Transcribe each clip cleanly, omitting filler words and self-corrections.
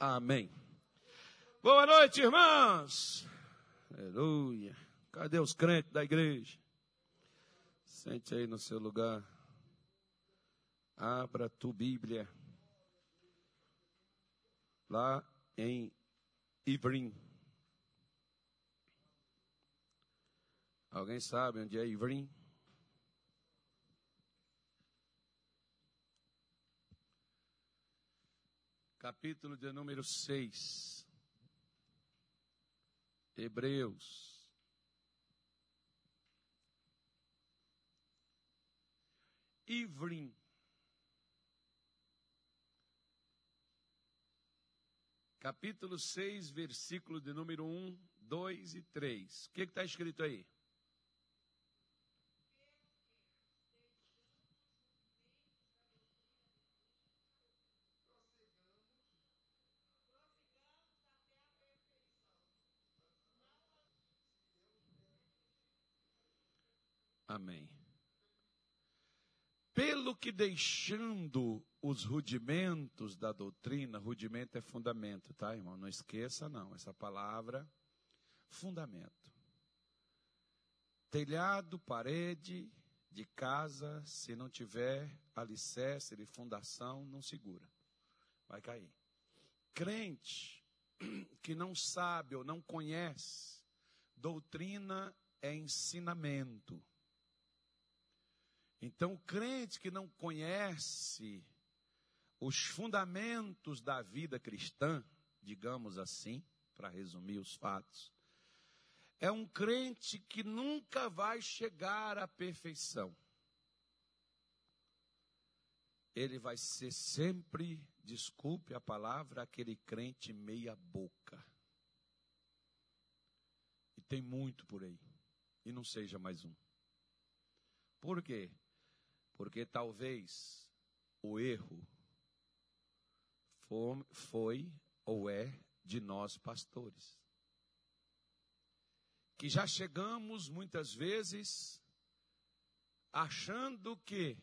Amém. Boa noite, irmãos. Aleluia. Cadê os crentes da igreja? Sente aí no seu lugar. Abra a tua Bíblia. Lá em Ivrim. Alguém sabe onde é Ivrim? Capítulo de número 6. Hebreus. Ivrim. Capítulo 6, versículo de número 1, 2 e 3. O que está escrito aí? Amém. Pelo que deixando os rudimentos da doutrina, rudimento é fundamento, tá, irmão? Não esqueça, não, essa palavra, fundamento. Telhado, parede de casa, se não tiver alicerce de fundação, não segura, vai cair. Crente que não sabe ou não conhece, doutrina é ensinamento. Então, o crente que não conhece os fundamentos da vida cristã, digamos assim, para resumir os fatos, é um crente que nunca vai chegar à perfeição. Ele vai ser sempre, desculpe a palavra, aquele crente meia boca. E tem muito por aí. E não seja mais um. Por quê? Porque talvez o erro foi ou é de nós pastores. Que já chegamos muitas vezes achando que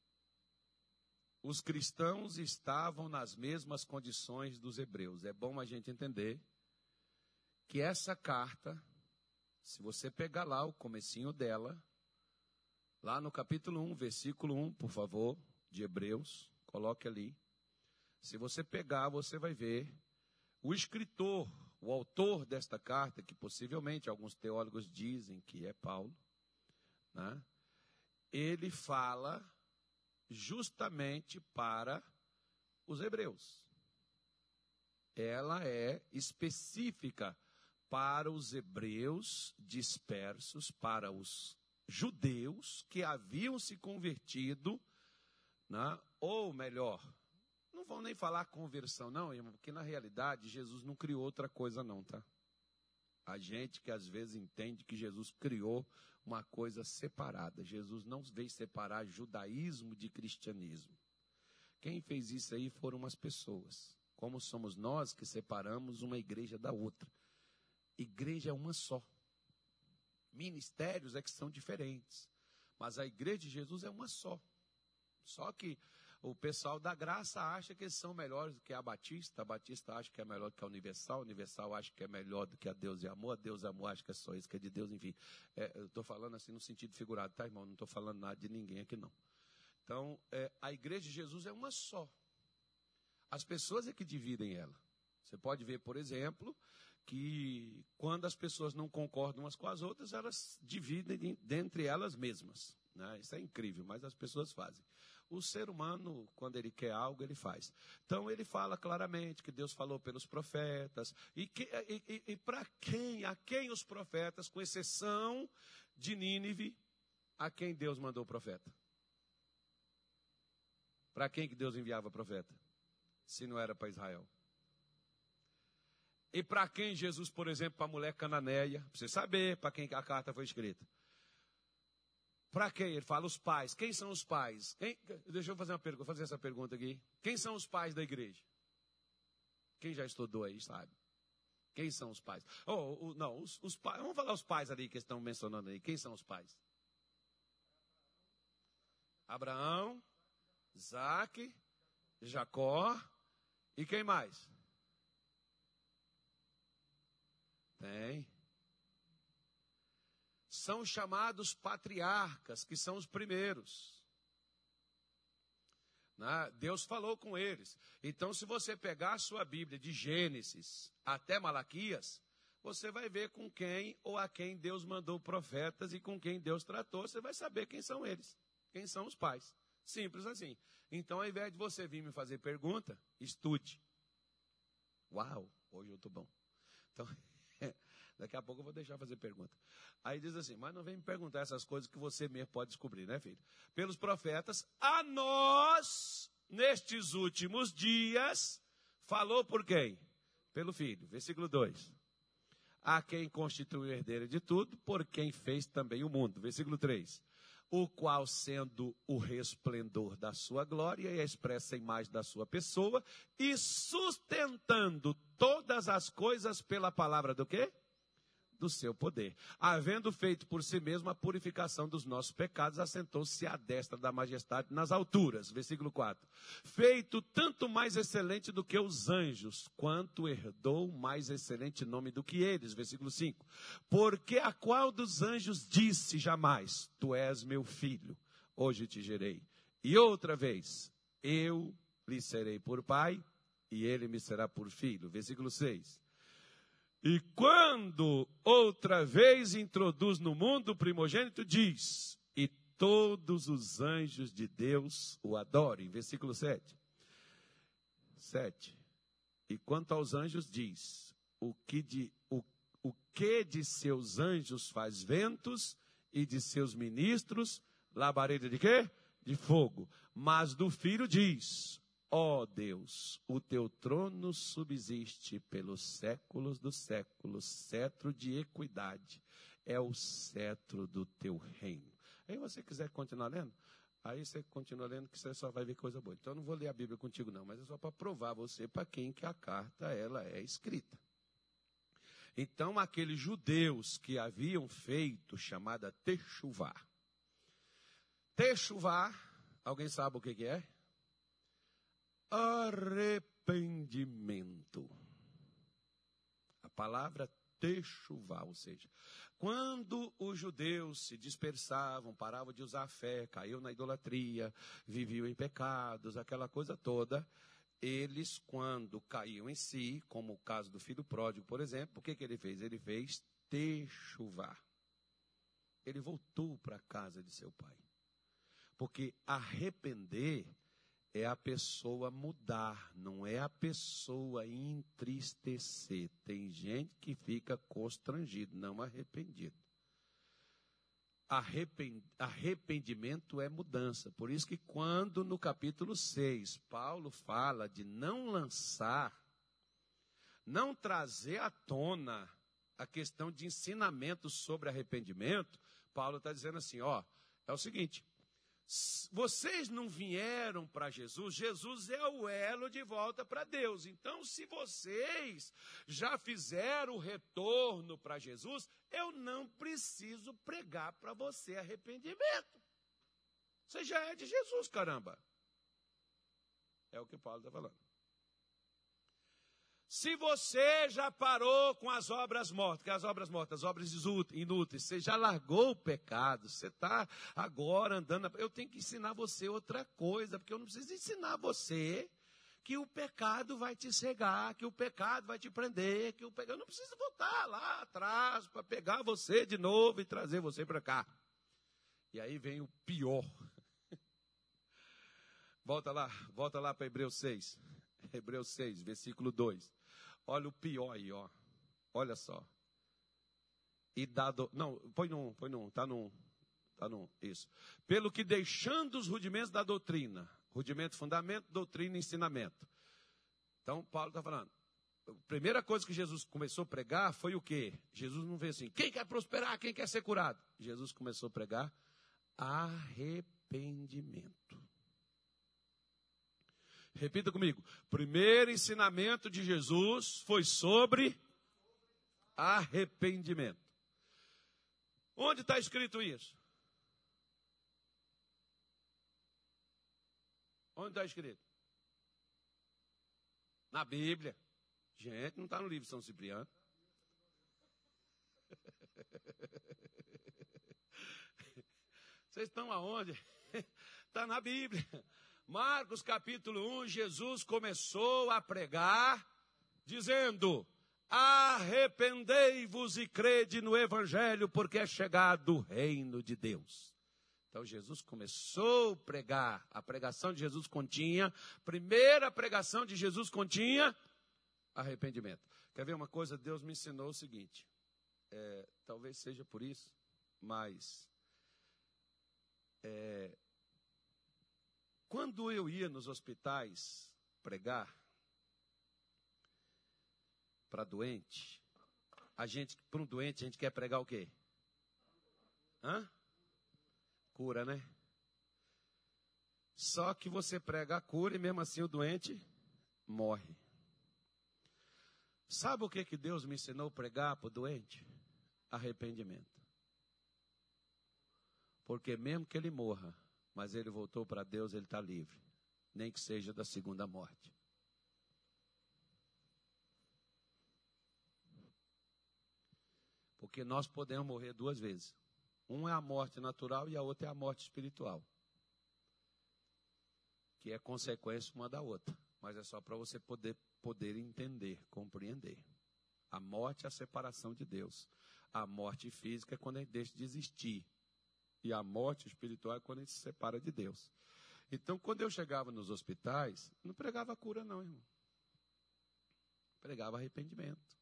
os cristãos estavam nas mesmas condições dos hebreus. É bom a gente entender que essa carta, se você pegar lá o comecinho dela, lá no capítulo 1, versículo 1, por favor, de Hebreus, coloque ali. Se você pegar, você vai ver o escritor, o autor desta carta, que possivelmente alguns teólogos dizem que é Paulo, né? Ele fala justamente para os hebreus. Ela é específica para os hebreus dispersos, para os judeus que haviam se convertido, né? Ou melhor, não vão nem falar conversão não, irmão, porque na realidade Jesus não criou outra coisa não, tá? A gente que às vezes entende que Jesus criou uma coisa separada. Jesus não veio separar judaísmo de cristianismo. Quem fez isso aí foram as pessoas. Como somos nós que separamos uma igreja da outra. Igreja é uma só. Ministérios é que são diferentes. Mas a igreja de Jesus é uma só. Só que o pessoal da graça acha que eles são melhores do que a Batista acha que é melhor do que a Universal acha que é melhor do que a Deus e Amor acha que é só isso, que é de Deus, enfim. Eu estou falando assim no sentido figurado, tá, irmão? Não estou falando nada de ninguém aqui, não. Então, a igreja de Jesus é uma só. As pessoas é que dividem ela. Você pode ver, por exemplo, que quando as pessoas não concordam umas com as outras, elas dividem dentre elas mesmas. Né? Isso é incrível, mas as pessoas fazem. O ser humano, quando ele quer algo, ele faz. Então, ele fala claramente que Deus falou pelos profetas. E para quem? A quem os profetas, com exceção de Nínive, a quem Deus mandou o profeta? Para quem que Deus enviava profeta? Se não era para Israel. E para quem Jesus, por exemplo, para a mulher cananeia, para você saber para quem a carta foi escrita. Para quem? Ele fala os pais. Quem são os pais? Deixa eu fazer essa pergunta aqui. Quem são os pais da igreja? Quem já estudou aí, sabe? Quem são os pais? Os pais. Vamos falar os pais ali que estão mencionando aí. Quem são os pais? Abraão, Isaac, Jacó e quem mais? Tem. São chamados patriarcas, que são os primeiros. Deus falou com eles. Então, se você pegar a sua Bíblia de Gênesis até Malaquias, você vai ver com quem ou a quem Deus mandou profetas e com quem Deus tratou. Você vai saber quem são eles, quem são os pais. Simples assim. Então, ao invés de você vir me fazer pergunta, estude. Uau, hoje eu estou bom. Então, daqui a pouco eu vou deixar fazer pergunta. Aí diz assim, mas não vem me perguntar essas coisas que você mesmo pode descobrir, né, filho? Pelos profetas, a nós, nestes últimos dias, falou por quem? Pelo Filho. Versículo 2. A quem constituiu herdeiro de tudo, por quem fez também o mundo. Versículo 3. O qual, sendo o resplendor da sua glória e a expressa imagem da sua pessoa, e sustentando todas as coisas pela palavra do quê? Do seu poder. Havendo feito por si mesmo a purificação dos nossos pecados, assentou-se à destra da majestade nas alturas. Versículo 4. Feito tanto mais excelente do que os anjos, quanto herdou mais excelente nome do que eles. Versículo 5. Porque a qual dos anjos disse jamais, tu és meu filho, hoje te gerei. E outra vez, eu lhe serei por pai, e ele me será por filho. Versículo 6. E quando outra vez introduz no mundo o primogênito, diz, e todos os anjos de Deus o adorem. Versículo 7. 7. E quanto aos anjos diz, o que de seus anjos faz ventos, e de seus ministros labareda de quê? De fogo. Mas do Filho diz, ó Deus, o teu trono subsiste pelos séculos dos séculos, cetro de equidade é o cetro do teu reino. Aí você quiser continuar lendo, aí você continua lendo que você só vai ver coisa boa. Então eu não vou ler a Bíblia contigo não, mas é só para provar você para quem que a carta ela é escrita. Então aqueles judeus que haviam feito chamada Techuvá. Techuvá, alguém sabe o que é? Arrependimento. A palavra techuvá, ou seja, quando os judeus se dispersavam, paravam de usar a fé, caíam na idolatria, viviam em pecados, aquela coisa toda, eles, quando caíam em si, como o caso do filho pródigo, por exemplo, o que ele fez? Ele fez techuvá. Ele voltou para a casa de seu pai. Porque arrepender é a pessoa mudar, não é a pessoa entristecer. Tem gente que fica constrangido, não arrependido. Arrependimento é mudança. Por isso que quando no capítulo 6, Paulo fala de não lançar, não trazer à tona a questão de ensinamento sobre arrependimento, Paulo está dizendo assim, ó, é o seguinte, vocês não vieram para Jesus, Jesus é o elo de volta para Deus. Então, se vocês já fizeram o retorno para Jesus, eu não preciso pregar para você arrependimento. Você já é de Jesus, caramba. É o que Paulo está falando. Se você já parou com as obras mortas, que as obras mortas, as obras inúteis, você já largou o pecado, você está agora andando, eu tenho que ensinar você outra coisa, porque eu não preciso ensinar você que o pecado vai te cegar, que o pecado vai te prender, que o pecado, eu não preciso voltar lá atrás para pegar você de novo e trazer você para cá. E aí vem o pior. Volta lá para Hebreus 6. Hebreus 6, versículo 2. Olha o pior aí, ó. Olha só. E dado, não, põe num, tá num, isso. Pelo que deixando os rudimentos da doutrina, rudimento, fundamento, doutrina e ensinamento. Então, Paulo está falando, a primeira coisa que Jesus começou a pregar foi o quê? Jesus não veio assim, quem quer prosperar, quem quer ser curado? Jesus começou a pregar arrependimento. Repita comigo. Primeiro ensinamento de Jesus foi sobre arrependimento. Onde está escrito isso? Onde está escrito? Na Bíblia. Gente, não está no livro de São Cipriano. Vocês estão aonde? Está na Bíblia. Marcos capítulo 1, Jesus começou a pregar, dizendo: arrependei-vos e crede no Evangelho, porque é chegado o reino de Deus. Então Jesus começou a pregar, a pregação de Jesus continha, primeira pregação de Jesus continha arrependimento. Quer ver uma coisa? Deus me ensinou o seguinte, talvez seja por isso, mas quando eu ia nos hospitais pregar para doente, para um doente a gente quer pregar o quê? Cura, né? Só que você prega a cura e mesmo assim o doente morre. Sabe o que Deus me ensinou a pregar para o doente? Arrependimento. Porque mesmo que ele morra, mas ele voltou para Deus, ele está livre. Nem que seja da segunda morte. Porque nós podemos morrer duas vezes. Um é a morte natural e a outra é a morte espiritual. Que é consequência uma da outra. Mas é só para você poder entender, compreender. A morte é a separação de Deus. A morte física é quando a gente deixa de existir. E a morte espiritual é quando a gente se separa de Deus. Então, quando eu chegava nos hospitais, não pregava cura não, irmão. Pregava arrependimento.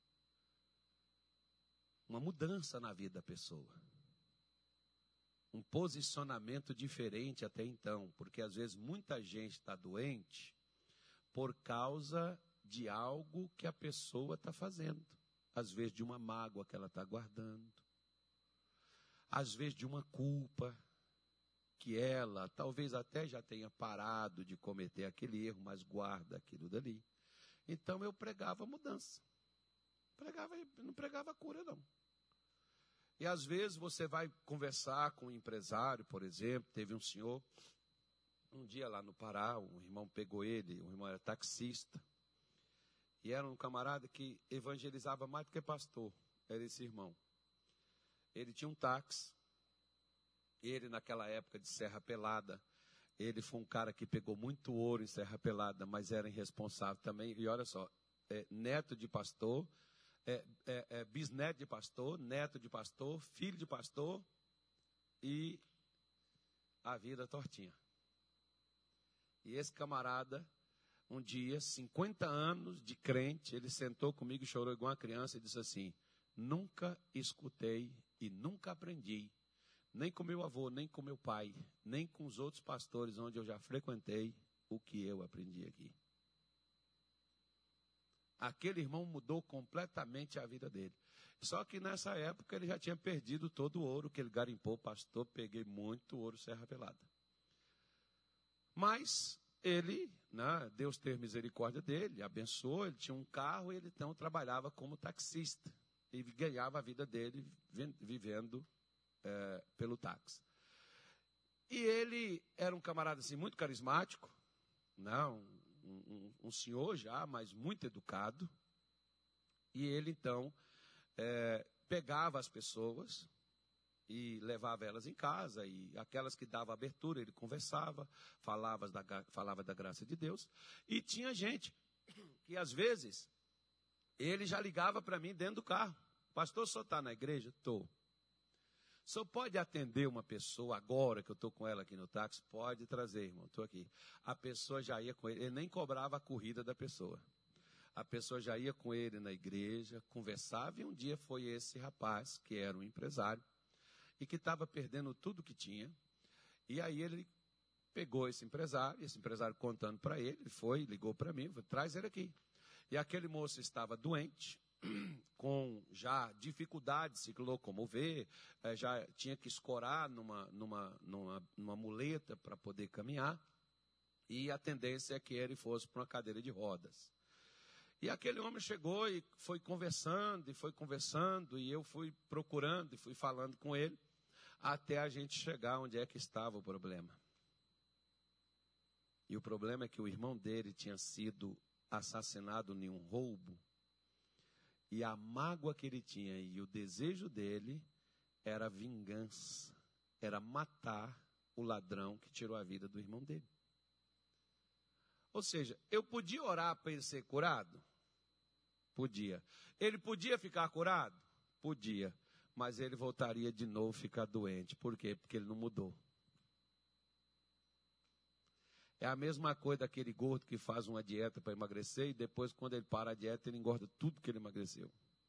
Uma mudança na vida da pessoa. Um posicionamento diferente até então, porque às vezes muita gente está doente por causa de algo que a pessoa está fazendo. Às vezes de uma mágoa que ela está guardando. Às vezes de uma culpa que ela talvez até já tenha parado de cometer aquele erro, mas guarda aquilo dali. Então eu pregava mudança. Não pregava cura não. E às vezes você vai conversar com um empresário, por exemplo, teve um senhor, um dia lá no Pará, um irmão pegou ele, o irmão era taxista, e era um camarada que evangelizava mais do que pastor, era esse irmão. Ele tinha um táxi, ele naquela época de Serra Pelada, ele foi um cara que pegou muito ouro em Serra Pelada, mas era irresponsável também, e olha só, neto de pastor, bisneto de pastor, neto de pastor, filho de pastor e a vida tortinha. E esse camarada, um dia, 50 anos de crente, ele sentou comigo e chorou igual uma criança e disse assim: nunca escutei e nunca aprendi, nem com meu avô, nem com meu pai, nem com os outros pastores onde eu já frequentei, o que eu aprendi aqui. Aquele irmão mudou completamente a vida dele. Só que nessa época ele já tinha perdido todo o ouro que ele garimpou. Pastor, peguei muito ouro Serra Pelada. Mas ele, Deus teve misericórdia dele, abençoou, ele tinha um carro e ele então trabalhava como taxista. E ganhava a vida dele vivendo pelo táxi. E ele era um camarada assim, muito carismático, um senhor já, mas muito educado, e ele então pegava as pessoas e levava elas em casa, e aquelas que davam abertura, ele conversava, falava da graça de Deus, e tinha gente que às vezes ele já ligava para mim dentro do carro: pastor, o senhor está na igreja? Estou. O senhor pode atender uma pessoa agora que eu estou com ela aqui no táxi? Pode trazer, irmão, estou aqui. A pessoa já ia com ele nem cobrava a corrida da pessoa. A pessoa já ia com ele na igreja, conversava, e um dia foi esse rapaz, que era um empresário, e que estava perdendo tudo que tinha. E aí ele pegou esse empresário contando para ele, ele foi, ligou para mim, falou: traz ele aqui. E aquele moço estava doente, com já dificuldade de se locomover, já tinha que escorar numa muleta para poder caminhar, e a tendência é que ele fosse para uma cadeira de rodas. E aquele homem chegou e foi conversando, e eu fui procurando e fui falando com ele, até a gente chegar onde é que estava o problema. E o problema é que o irmão dele tinha sido assassinado em um roubo, E a mágoa que ele tinha e o desejo dele era vingança, era matar o ladrão que tirou a vida do irmão dele. Ou seja, eu podia orar para ele ser curado? Podia. Ele podia ficar curado? Podia. Mas ele voltaria de novo a ficar doente. Por quê? Porque ele não mudou. É a mesma coisa daquele gordo que faz uma dieta para emagrecer e depois, quando ele para a dieta, ele engorda tudo que ele emagreceu.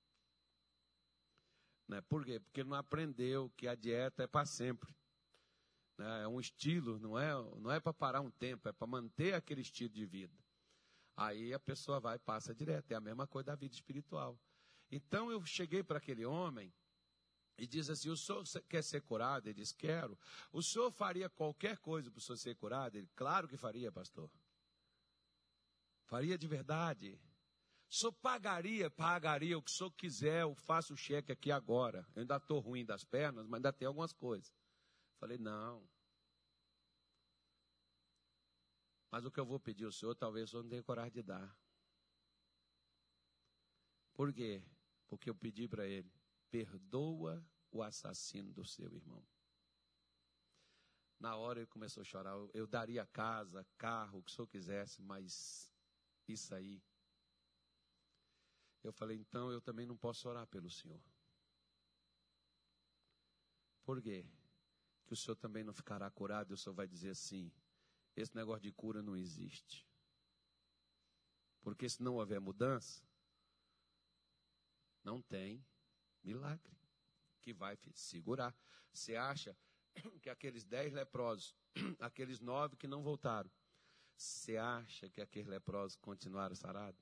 Né? Por quê? Porque ele não aprendeu que a dieta é para sempre. Né? É um estilo, não é para parar um tempo, é para manter aquele estilo de vida. Aí a pessoa vai e passa direto. É a mesma coisa da vida espiritual. Então eu cheguei para aquele homem e diz assim: o senhor quer ser curado? Ele diz: quero. O senhor faria qualquer coisa para o senhor ser curado? Ele: claro que faria, pastor. Faria de verdade. O senhor pagaria? Pagaria o que o senhor quiser, eu faço o cheque aqui agora. Eu ainda estou ruim das pernas, mas ainda tem algumas coisas. Falei: não. Mas o que eu vou pedir ao senhor, talvez o senhor não tenha coragem de dar. Por quê? Porque eu pedi para ele: perdoa o assassino do seu irmão. Na hora ele começou a chorar. Eu daria casa, carro, o que o senhor quisesse, mas isso aí. Eu falei: então eu também não posso orar pelo senhor. Por quê? Que o senhor também não ficará curado e o senhor vai dizer assim: esse negócio de cura não existe. Porque se não houver mudança, não tem milagre que vai segurar. Você acha que aqueles 10 leprosos, aqueles 9 que não voltaram, você acha que aqueles leprosos continuaram sarados?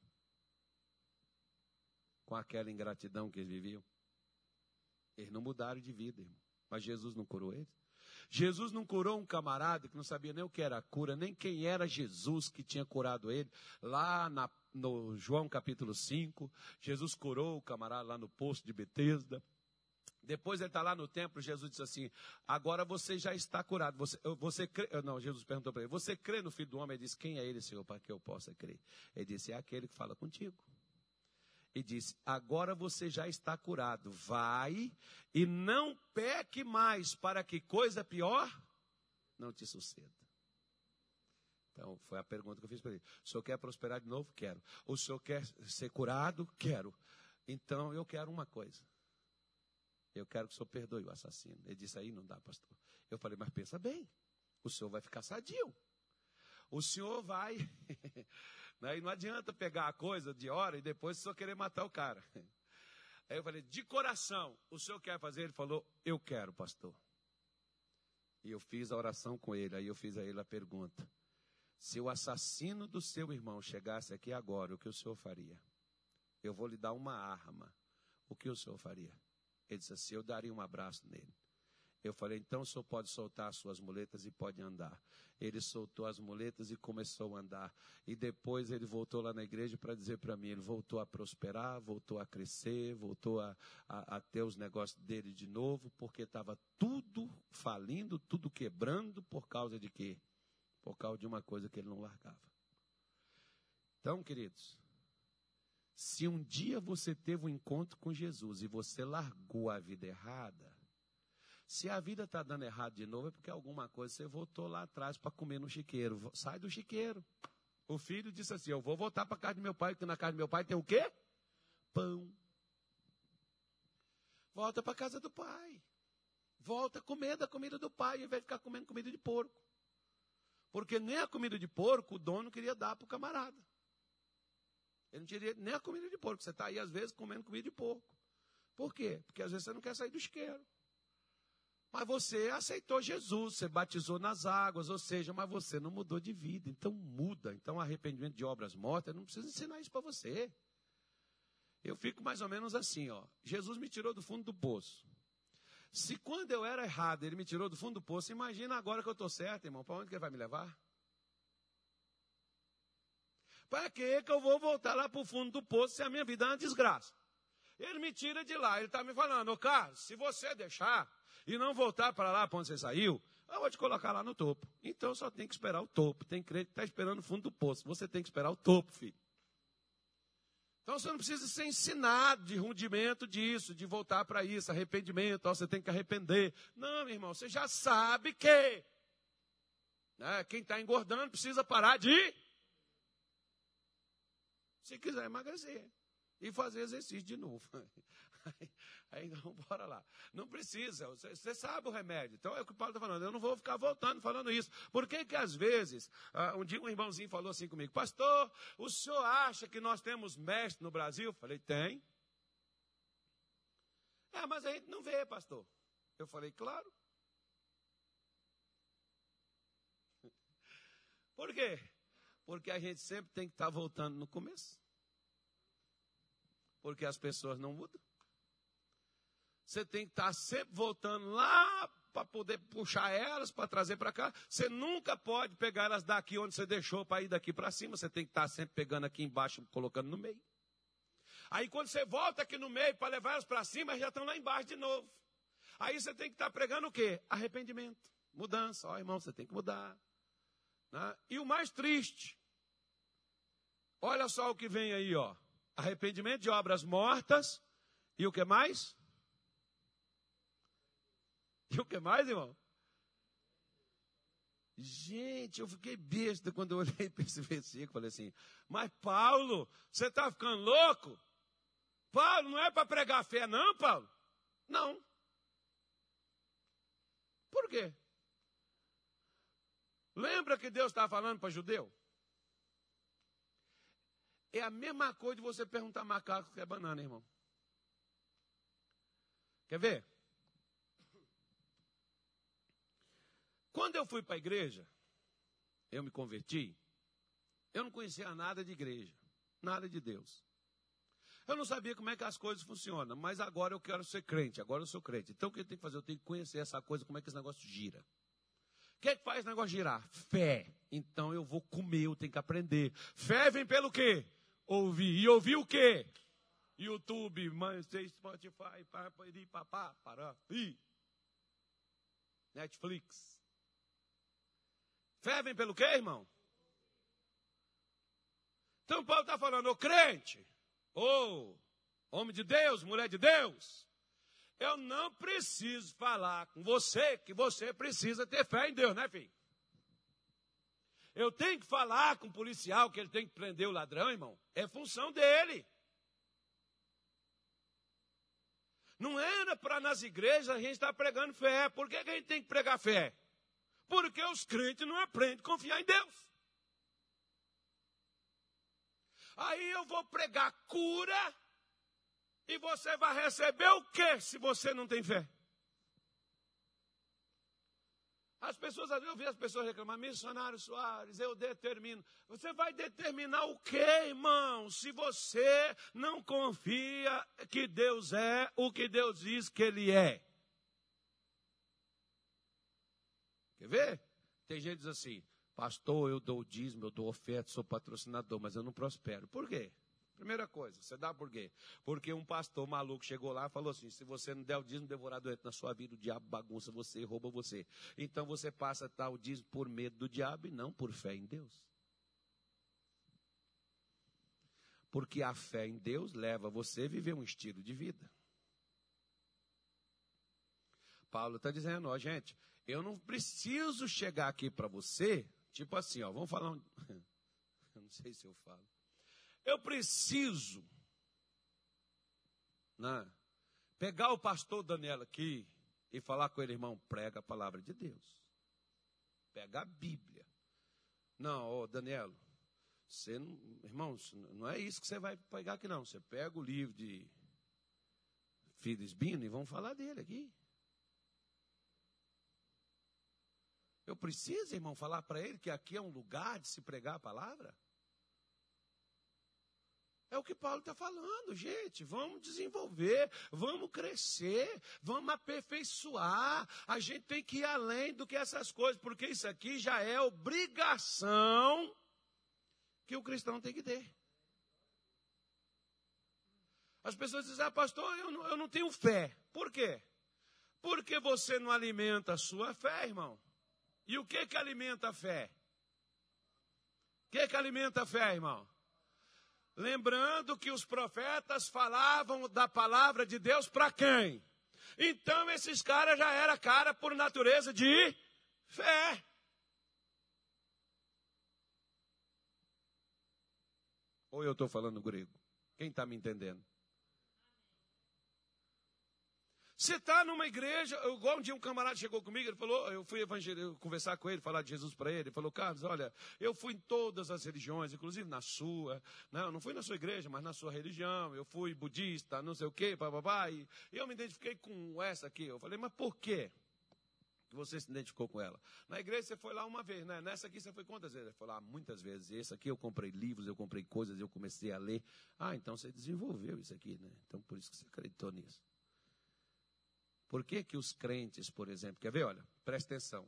Com aquela ingratidão que eles viviam? Eles não mudaram de vida, irmão. Mas Jesus não curou eles? Jesus não curou um camarada que não sabia nem o que era cura, nem quem era Jesus que tinha curado ele. Lá no João capítulo 5, Jesus curou o camarada lá no poço de Betesda. Depois ele está lá no templo, Jesus disse assim: agora você já está curado. Você crê? Não, Jesus perguntou para ele: você crê no Filho do Homem? Ele disse: quem é ele, Senhor, para que eu possa crer? Ele disse: é aquele que fala contigo. E disse: agora você já está curado, vai e não peque mais, para que coisa pior não te suceda. Então, foi a pergunta que eu fiz para ele. O senhor quer prosperar de novo? Quero. O senhor quer ser curado? Quero. Então, eu quero uma coisa. Eu quero que o senhor perdoe o assassino. Ele disse: aí não dá, pastor. Eu falei: mas pensa bem, o senhor vai ficar sadio. O senhor vai... E não adianta pegar a coisa de hora e depois só querer matar o cara. Aí eu falei: de coração, o senhor quer fazer? Ele falou: eu quero, pastor. E eu fiz a oração com ele. Aí eu fiz a ele a pergunta: se o assassino do seu irmão chegasse aqui agora, o que o senhor faria? Eu vou lhe dar uma arma. O que o senhor faria? Ele disse assim: eu daria um abraço nele. Eu falei: então o senhor pode soltar as suas muletas e pode andar. Ele soltou as muletas e começou a andar. E depois ele voltou lá na igreja para dizer para mim, ele voltou a prosperar, voltou a crescer, voltou a ter os negócios dele de novo, porque estava tudo falindo, tudo quebrando, por causa de quê? Por causa de uma coisa que ele não largava. Então, queridos, se um dia você teve um encontro com Jesus e você largou a vida errada, se a vida está dando errado de novo, é porque alguma coisa você voltou lá atrás para comer no chiqueiro. Sai do chiqueiro. O filho disse assim: eu vou voltar para a casa do meu pai, porque na casa do meu pai tem o quê? Pão. Volta para a casa do pai. Volta a comer da comida do pai, ao invés de ficar comendo comida de porco. Porque nem a comida de porco o dono queria dar para o camarada. Ele não queria nem a comida de porco. Você está aí, às vezes, comendo comida de porco. Por quê? Porque às vezes você não quer sair do chiqueiro. Mas você aceitou Jesus, você batizou nas águas, ou seja, mas você não mudou de vida. Então muda. Então arrependimento de obras mortas, eu não preciso ensinar isso para você. Eu fico mais ou menos assim, ó. Jesus me tirou do fundo do poço. Se quando eu era errado, ele me tirou do fundo do poço, imagina agora que eu estou certo, irmão. Para onde que ele vai me levar? Para que eu vou voltar lá para o fundo do poço se a minha vida é uma desgraça? Ele me tira de lá, ele está me falando: ô Carlos, se você deixar e não voltar para lá para onde você saiu, eu vou te colocar lá no topo. Então só tem que esperar o topo. Tem crente que está esperando o fundo do poço. Você tem que esperar o topo, filho. Então você não precisa ser ensinado de rudimento disso, de voltar para isso, arrependimento, ó, você tem que arrepender. Não, meu irmão, você já sabe que quem está engordando precisa parar de, se quiser emagrecer, e fazer exercício de novo. Aí então, bora lá. Não precisa, você sabe o remédio. Então é o que o Paulo está falando. Eu não vou ficar voltando falando isso. Por que que às vezes, um dia um irmãozinho falou assim comigo: pastor, o senhor acha que nós temos mestre no Brasil? Eu falei: tem. Mas a gente não vê, pastor. Eu falei: claro. Por quê? Porque a gente sempre tem que estar voltando no começo. Porque as pessoas não mudam. Você tem que estar sempre voltando lá para poder puxar elas, para trazer para cá. Você nunca pode pegar elas daqui onde você deixou para ir daqui para cima. Você tem que estar sempre pegando aqui embaixo, colocando no meio. Aí quando você volta aqui no meio para levar elas para cima, elas já estão lá embaixo de novo. Aí você tem que estar pregando o quê? Arrependimento, mudança. Ó, irmão, você tem que mudar. Né? E o mais triste, olha só o que vem aí, ó. Arrependimento de obras mortas. E o que mais? E o que mais, irmão? Gente, eu fiquei besta quando eu olhei para esse versículo. Falei assim: mas Paulo, você está ficando louco? Paulo, não é para pregar fé não, Paulo? Não. Por quê? Lembra que Deus estava falando para judeu? É a mesma coisa de você perguntar macaco que é banana, irmão. Quer ver? Quando eu fui para a igreja, eu me converti, eu não conhecia nada de igreja, nada de Deus. Eu não sabia como é que as coisas funcionam, mas agora eu quero ser crente, agora eu sou crente. Então o que eu tenho que fazer? Eu tenho que conhecer essa coisa, como é que esse negócio gira. O que é que faz esse negócio girar? Fé. Então eu vou comer, eu tenho que aprender. Fé vem pelo quê? Ouvir. E ouvir o quê? YouTube, Spotify, Netflix. Fé vem pelo quê, irmão? Então Paulo está falando: ô crente, ô homem de Deus, mulher de Deus, eu não preciso falar com você que você precisa ter fé em Deus, né, filho? Eu tenho que falar com o policial que ele tem que prender o ladrão, irmão. É função dele. Não era para nas igrejas a gente estar pregando fé. Por que a gente tem que pregar fé? Porque os crentes não aprendem a confiar em Deus. Aí eu vou pregar cura e você vai receber o quê se você não tem fé? As pessoas, às vezes eu vi as pessoas reclamar: missionário Soares, eu determino. Você vai determinar o quê, irmão, se você não confia que Deus é o que Deus diz que Ele é? Quer ver? Tem gente que diz assim: pastor, eu dou dízimo, eu dou oferta, sou patrocinador, mas eu não prospero. Por quê? Primeira coisa, você dá por quê? Porque um pastor maluco chegou lá e falou assim: se você não der o dízimo, devorador entra na sua vida, o diabo bagunça você, rouba você. Então você passa a dar o dízimo por medo do diabo e não por fé em Deus. Porque a fé em Deus leva você a viver um estilo de vida. Paulo está dizendo: ó, gente, eu não preciso chegar aqui para você, tipo assim, ó, vamos falar eu não sei se eu falo. Eu preciso pegar o pastor Daniel aqui e falar com ele: irmão, prega a palavra de Deus. Pega a Bíblia. Não, ô Daniel, você não, irmão, não é isso que você vai pegar aqui não. Você pega o livro de Fides Bino e vamos falar dele aqui. Eu preciso, irmão, falar para ele que aqui é um lugar de se pregar a palavra? É o que Paulo está falando, gente. Vamos desenvolver, vamos crescer, vamos aperfeiçoar. A gente tem que ir além do que essas coisas, porque isso aqui já é obrigação que o cristão tem que ter. As pessoas dizem: pastor, eu não tenho fé. Por quê? Porque você não alimenta a sua fé, irmão. E o que alimenta a fé? O que alimenta a fé, irmão? Lembrando que os profetas falavam da palavra de Deus para quem? Então esses caras já eram cara por natureza de fé. Ou eu estou falando grego? Quem está me entendendo? Você está numa igreja, igual um dia um camarada chegou comigo, ele falou, eu fui conversar com ele, falar de Jesus para ele, ele falou, Carlos, olha, eu fui em todas as religiões, inclusive na sua, não fui na sua igreja, mas na sua religião, eu fui budista, não sei o quê, papapá, e eu me identifiquei com essa aqui. Eu falei, mas por quê que você se identificou com ela? Na igreja você foi lá uma vez, né? Nessa aqui você foi quantas vezes? Ele falou, muitas vezes. E esse aqui eu comprei livros, eu comprei coisas, eu comecei a ler. Então você desenvolveu isso aqui, né? Então por isso que você acreditou nisso. Por que que os crentes, por exemplo, quer ver? Olha, presta atenção.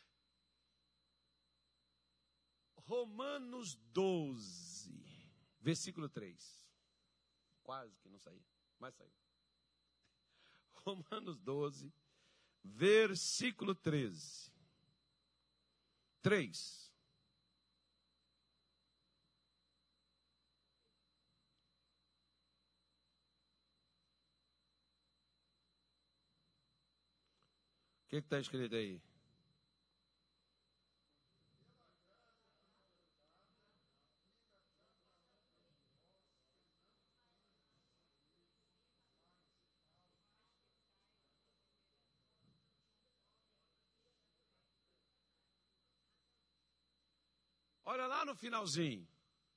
Romanos 12, versículo 3. Quase que não saiu, mas saiu. Romanos 12, versículo 13. 3. O que está escrito aí? Olha lá no finalzinho.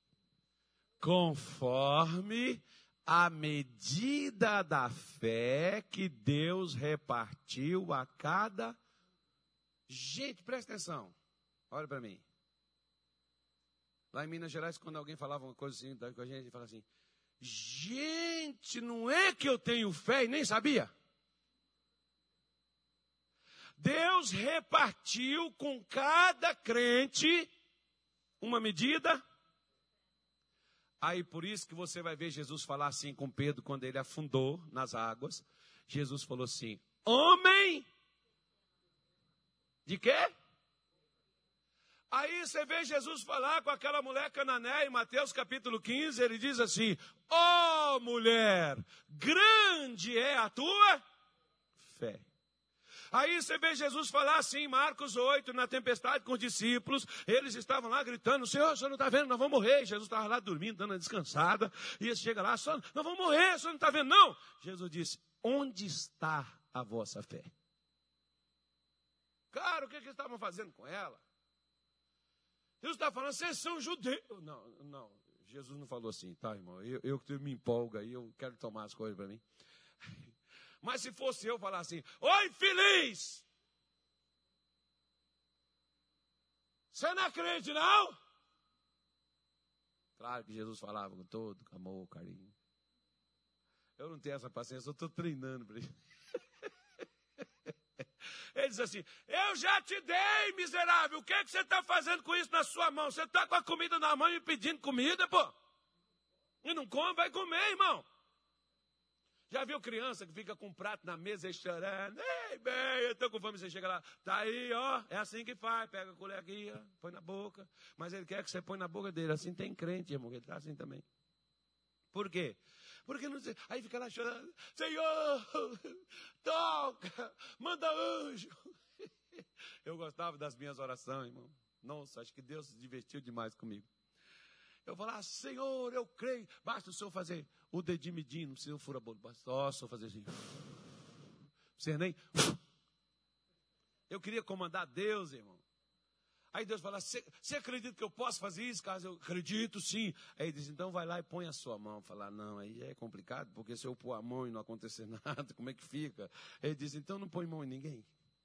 Conforme a medida da fé que Deus repartiu a cada... Gente, presta atenção. Olha para mim. Lá em Minas Gerais, quando alguém falava uma coisa assim com a gente fala assim, gente, não é que eu tenho fé e nem sabia? Deus repartiu com cada crente uma medida. Aí por isso que você vai ver Jesus falar assim com Pedro quando ele afundou nas águas. Jesus falou assim, homem de quê? Aí você vê Jesus falar com aquela mulher cananeia em Mateus capítulo 15, ele diz assim, ó mulher, grande é a tua fé. Aí você vê Jesus falar assim em Marcos 8, na tempestade com os discípulos, eles estavam lá gritando, Senhor, o senhor não está vendo, nós vamos morrer. Jesus estava lá dormindo, dando uma descansada, e eles chegam lá, nós vamos morrer, o senhor não está vendo, não? Jesus disse, onde está a vossa fé? Cara, o que eles estavam fazendo com ela? Jesus está falando, vocês são judeus. Não, Jesus não falou assim, tá, irmão, eu me empolgo aí, eu quero tomar as coisas para mim. Mas se fosse eu falar assim, oi, feliz! Você não acredita, não? Claro que Jesus falava com todo amor, carinho. Eu não tenho essa paciência, eu estou treinando para isso. Ele diz assim, eu já te dei, miserável, o que é que você está fazendo com isso na sua mão? Você está com a comida na mão e pedindo comida, pô? E não come, vai comer, irmão. Já viu criança que fica com um prato na mesa e chorando? Ei, bem, eu estou com fome. Você chega lá, tá aí, ó, é assim que faz. Pega a colher aqui, ó, põe na boca. Mas ele quer que você põe na boca dele. Assim tem crente, irmão, que ele está assim também. Por quê? Porque não sei. Aí fica lá chorando. Senhor, toca, manda anjo. Eu gostava das minhas orações, irmão. Nossa, acho que Deus se divertiu demais comigo. Eu falar, Senhor, eu creio. Basta o Senhor fazer o dedinho medindo, não precisa furar bolo. Basta só o Senhor fazer assim. Você nem... Eu queria comandar Deus, irmão. Aí Deus fala, você acredita que eu posso fazer isso? Caso eu acredito, sim. Aí ele diz, então vai lá e põe a sua mão. Falar, não, aí é complicado, porque se eu pôr a mão e não acontecer nada, como é que fica? Ele diz, então não põe mão em ninguém.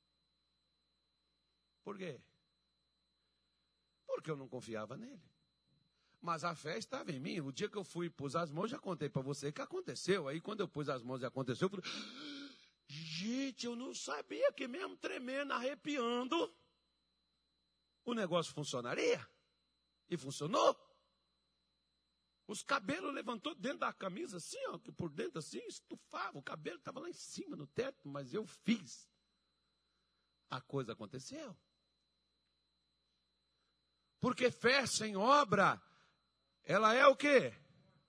Por quê? Porque eu não confiava nele. Mas a fé estava em mim. O dia que eu fui pus as mãos, já contei para você que aconteceu. Aí quando eu pus as mãos e aconteceu, eu falei, gente, eu não sabia que mesmo tremendo, arrepiando, o negócio funcionaria. E funcionou. Os cabelos levantou dentro da camisa assim, ó, que por dentro assim, estufava. O cabelo estava lá em cima no teto, mas eu fiz. A coisa aconteceu. Porque fé sem obra, ela é o quê?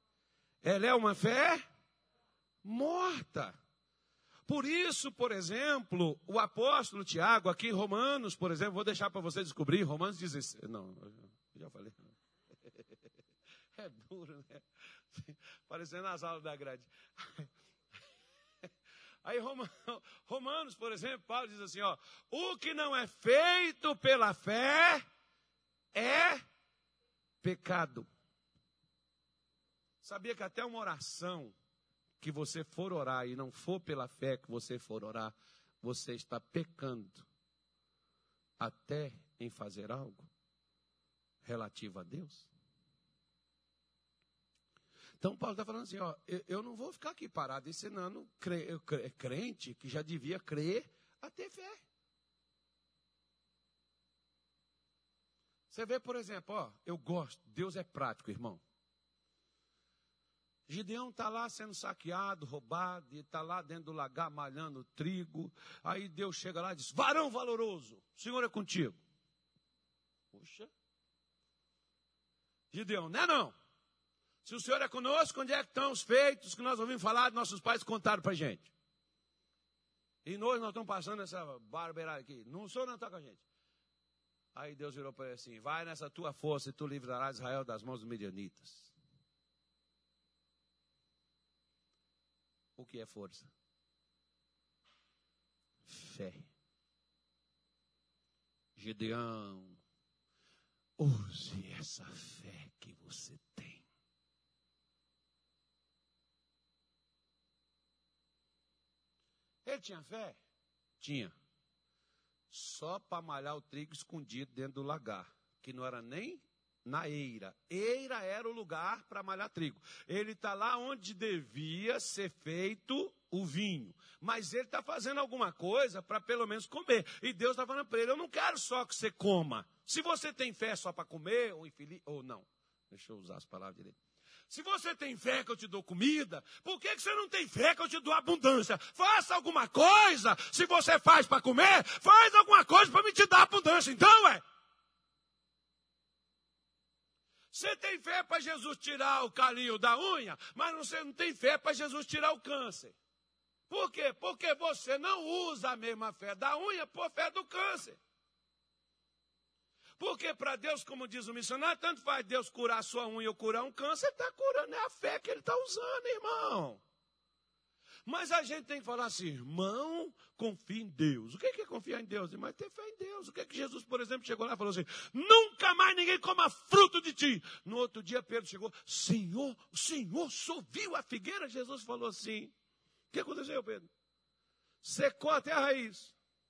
Ela é uma fé morta. Por isso, por exemplo, o apóstolo Tiago, aqui em Romanos, por exemplo, vou deixar para você descobrir, Romanos 16. Não, eu já falei. É duro, né? Parecendo nas aulas da grade. Aí Romanos, por exemplo, Paulo diz assim, ó, o que não é feito pela fé é pecado. Sabia que até uma oração que você for orar e não for pela fé que você for orar, você está pecando até em fazer algo relativo a Deus? Então Paulo está falando assim, ó, eu não vou ficar aqui parado ensinando crente que já devia crer a ter fé. Você vê, por exemplo, ó, eu gosto, Deus é prático, irmão. Gideão está lá sendo saqueado, roubado, e está lá dentro do lagar malhando trigo. Aí Deus chega lá e diz, varão valoroso, o Senhor é contigo. Puxa. Gideão, não é não. Se o Senhor é conosco, onde é que estão os feitos que nós ouvimos falar, nossos pais contaram para a gente? E nós estamos passando essa barbeirada aqui. Não, o Senhor não está com a gente. Aí Deus virou para ele assim, vai nessa tua força e tu livrarás Israel das mãos dos midianitas. O que é força? Fé. Gideão, use essa fé que você tem. Ele tinha fé? Tinha. Só para malhar o trigo escondido dentro do lagar, que não era nem na eira. Eira era o lugar para malhar trigo. Ele está lá onde devia ser feito o vinho. Mas ele está fazendo alguma coisa para pelo menos comer. E Deus está falando para ele, eu não quero só que você coma. Se você tem fé só para comer, ou não. Deixa eu usar as palavras direito. Se você tem fé que eu te dou comida, por que você não tem fé que eu te dou abundância? Faça alguma coisa. Se você faz para comer, faz alguma coisa para me te dar abundância. Então, você tem fé para Jesus tirar o calinho da unha, mas você não tem fé para Jesus tirar o câncer. Por quê? Porque você não usa a mesma fé da unha por fé do câncer. Porque para Deus, como diz o missionário, tanto faz Deus curar a sua unha ou curar um câncer, ele está curando, é a fé que ele está usando, irmão. Mas a gente tem que falar assim, irmão, confia em Deus. O que é confiar em Deus? Mas ter fé em Deus. O que é que Jesus, por exemplo, chegou lá e falou assim, nunca mais ninguém coma fruto de ti. No outro dia Pedro chegou, Senhor, o Senhor só viu a figueira? Jesus falou assim, o que aconteceu, Pedro? Secou até a raiz.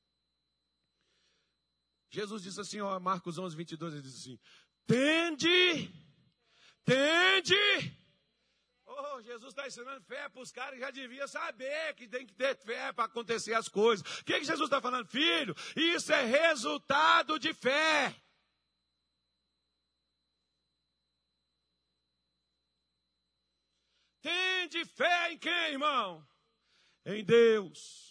Jesus disse assim, ó, Marcos 11, 22, ele diz assim, tende. Oh, Jesus está ensinando fé para os caras que já deviam saber que tem que ter fé para acontecer as coisas. O que Jesus está falando? Filho, isso é resultado de fé. Tende fé em quem, irmão? Em Deus.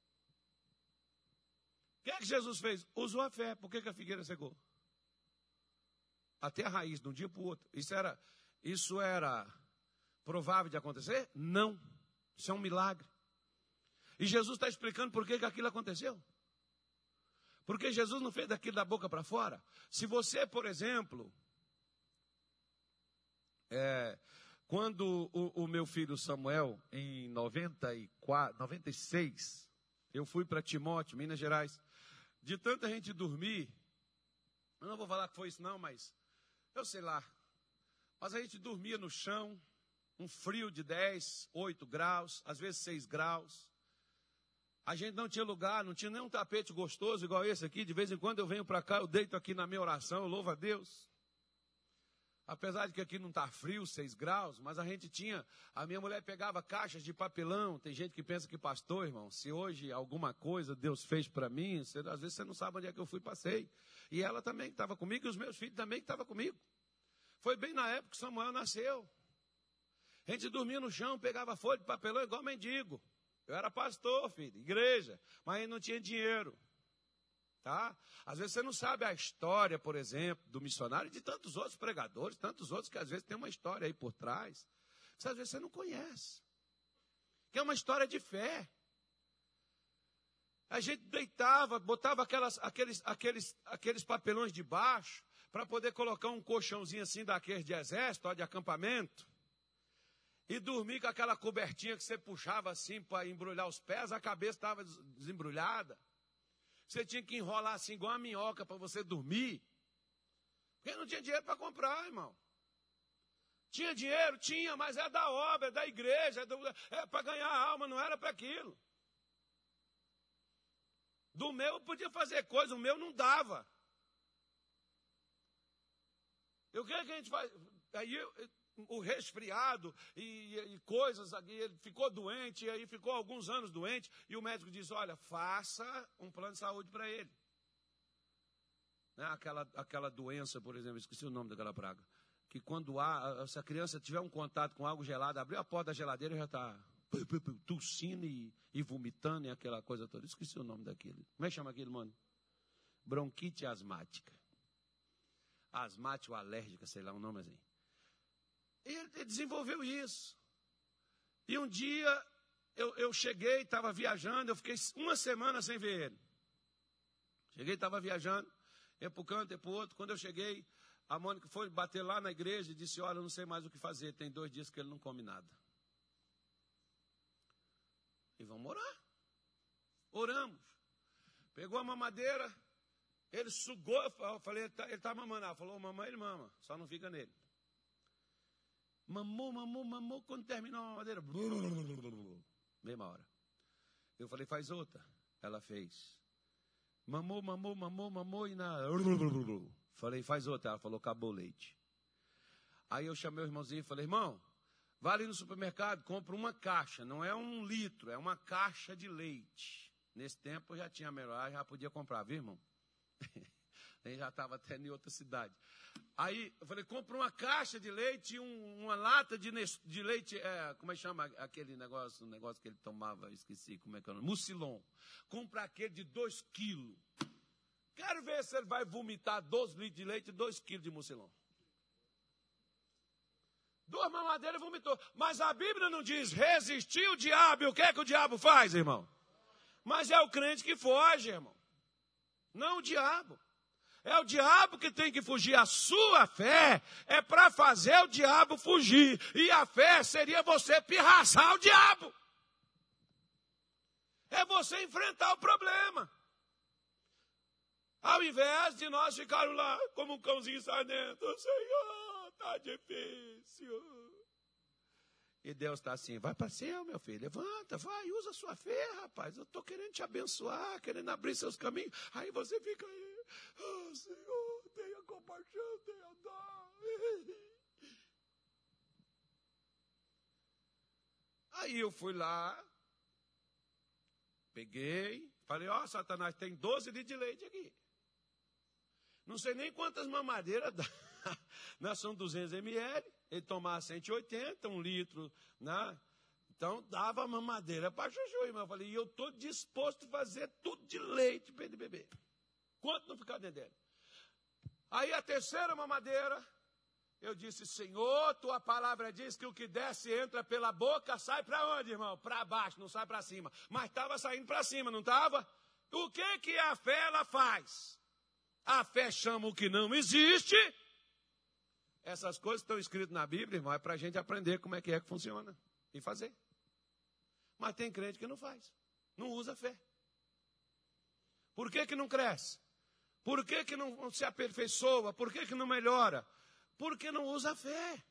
O que Jesus fez? Usou a fé. Por que a figueira secou? Até a raiz, de um dia para o outro. Isso era provável de acontecer? Não. Isso é um milagre. E Jesus está explicando por que aquilo aconteceu. Porque Jesus não fez daquilo da boca para fora. Se você, por exemplo, quando o meu filho Samuel, em 96, eu fui para Timóteo, Minas Gerais. De tanta gente dormir, eu não vou falar que foi isso não, mas eu sei lá. Mas a gente dormia no chão, um frio de 10, 8 graus, às vezes 6 graus. A gente não tinha lugar, não tinha nem um tapete gostoso igual esse aqui. De vez em quando eu venho para cá, eu deito aqui na minha oração, eu louvo a Deus. Apesar de que aqui não está frio, 6 graus, mas a gente tinha, a minha mulher pegava caixas de papelão. Tem gente que pensa que pastor, irmão, se hoje alguma coisa Deus fez para mim, às vezes você não sabe onde é que eu fui, passei. E ela também estava comigo, e os meus filhos também estavam comigo. Foi bem na época que Samuel nasceu. A gente dormia no chão, pegava folha de papelão igual mendigo. Eu era pastor, filho, igreja, mas aí não tinha dinheiro. Tá? Às vezes você não sabe a história, por exemplo, do missionário e de tantos outros pregadores, tantos outros que às vezes tem uma história aí por trás. às vezes você não conhece. Que é uma história de fé. A gente deitava, botava aqueles papelões de baixo para poder colocar um colchãozinho assim daqueles de exército, de acampamento. E dormir com aquela cobertinha que você puxava assim para embrulhar os pés, a cabeça estava desembrulhada. Você tinha que enrolar assim igual uma minhoca para você dormir. Porque não tinha dinheiro para comprar, irmão. Tinha dinheiro? Tinha, mas é da obra, é da igreja, é para ganhar alma, não era para aquilo. Do meu eu podia fazer coisa, o meu não dava. E o que a gente faz? Aí o resfriado e coisas, ele ficou doente, e aí ficou alguns anos doente, e o médico disse, olha, faça um plano de saúde para ele. Né? Aquela doença, por exemplo, esqueci o nome daquela praga, que quando se a criança tiver um contato com algo gelado, abriu a porta da geladeira, já está tossindo e vomitando e aquela coisa toda. Esqueci o nome daquilo. Como é que chama aquilo, mano? Bronquite asmática. Asmática ou alérgica, sei lá, um nome assim. E ele desenvolveu isso. E um dia eu cheguei, estava viajando, eu fiquei uma semana sem ver ele. Cheguei, estava viajando, ia para o canto, ia para o outro. Quando eu cheguei, a Mônica foi bater lá na igreja e disse, olha, eu não sei mais o que fazer, tem 2 dias que ele não come nada. E vamos orar. Oramos. Pegou a mamadeira, ele sugou, eu falei, ele está mamando. Ela falou, mamãe, ele mama, só não fica nele. Mamou, quando terminou a mamadeira, mesma hora. Eu falei, faz outra. Ela fez. Mamou e na... Falei, faz outra. Ela falou, acabou o leite. Aí eu chamei o irmãozinho e falei, irmão, vai ali no supermercado, compra uma caixa, não é 1 litro, é uma caixa de leite. Nesse tempo eu já tinha melhor, já podia comprar, viu, irmão? Ele já estava até em outra cidade. Aí eu falei, compra uma caixa de leite e uma lata de leite, como é que chama aquele negócio que ele tomava, esqueci como é que é o nome, Mucilon. Compra aquele de 2 quilos. Quero ver se ele vai vomitar 12 litros de leite e 2 quilos de Mucilon. 2 mamadeiras e vomitou. Mas a Bíblia não diz resistir o diabo. E o que é que o diabo faz, irmão? Mas é o crente que foge, irmão. Não o diabo. É o diabo que tem que fugir. A sua fé é para fazer o diabo fugir. E a fé seria você pirraçar o diabo. É você enfrentar o problema. Ao invés de nós ficarmos lá como um cãozinho sarnento. Senhor, está difícil. E Deus está assim, vai para cima, meu filho, levanta, vai, usa a sua fé, rapaz. Eu estou querendo te abençoar, querendo abrir seus caminhos. Aí você fica aí, Senhor, tenha compaixão, tenha dó. Aí eu fui lá, peguei, falei, Satanás, tem 12 litros de leite aqui. Não sei nem quantas mamadeiras dá. Nós são 200 ml, ele tomava 180, 1 litro, né? Então dava mamadeira para Juju, irmão. Eu falei, e eu estou disposto a fazer tudo de leite para ele beber. Quanto não ficar dentro dele? Aí a 3ª mamadeira, eu disse, Senhor, tua palavra diz que o que desce entra pela boca, sai para onde, irmão? Para baixo, não sai para cima. Mas estava saindo para cima, não estava? O que a fé ela faz? A fé chama o que não existe. Essas coisas estão escritas na Bíblia, irmão, é para a gente aprender como é que funciona e fazer. Mas tem crente que não faz, não usa fé. Por que não cresce? Por que não se aperfeiçoa? Por que não melhora? Porque não usa a fé.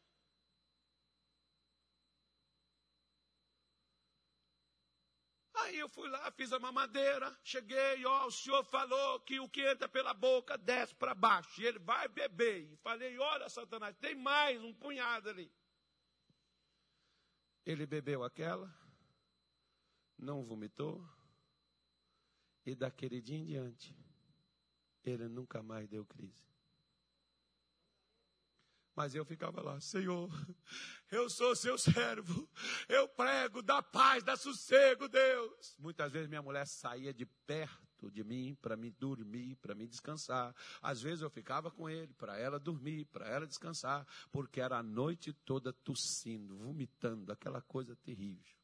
Aí eu fui lá, fiz a mamadeira, cheguei, o senhor falou que o que entra pela boca desce para baixo, e ele vai beber. E falei, olha, Satanás, tem mais um punhado ali. Ele bebeu aquela, não vomitou, e daquele dia em diante, ele nunca mais deu crise. Mas eu ficava lá, Senhor, eu sou seu servo, eu prego, dá paz, dá sossego, Deus. Muitas vezes minha mulher saía de perto de mim para me dormir, para me descansar. Às vezes eu ficava com ele para ela dormir, para ela descansar, porque era a noite toda tossindo, vomitando, aquela coisa terrível.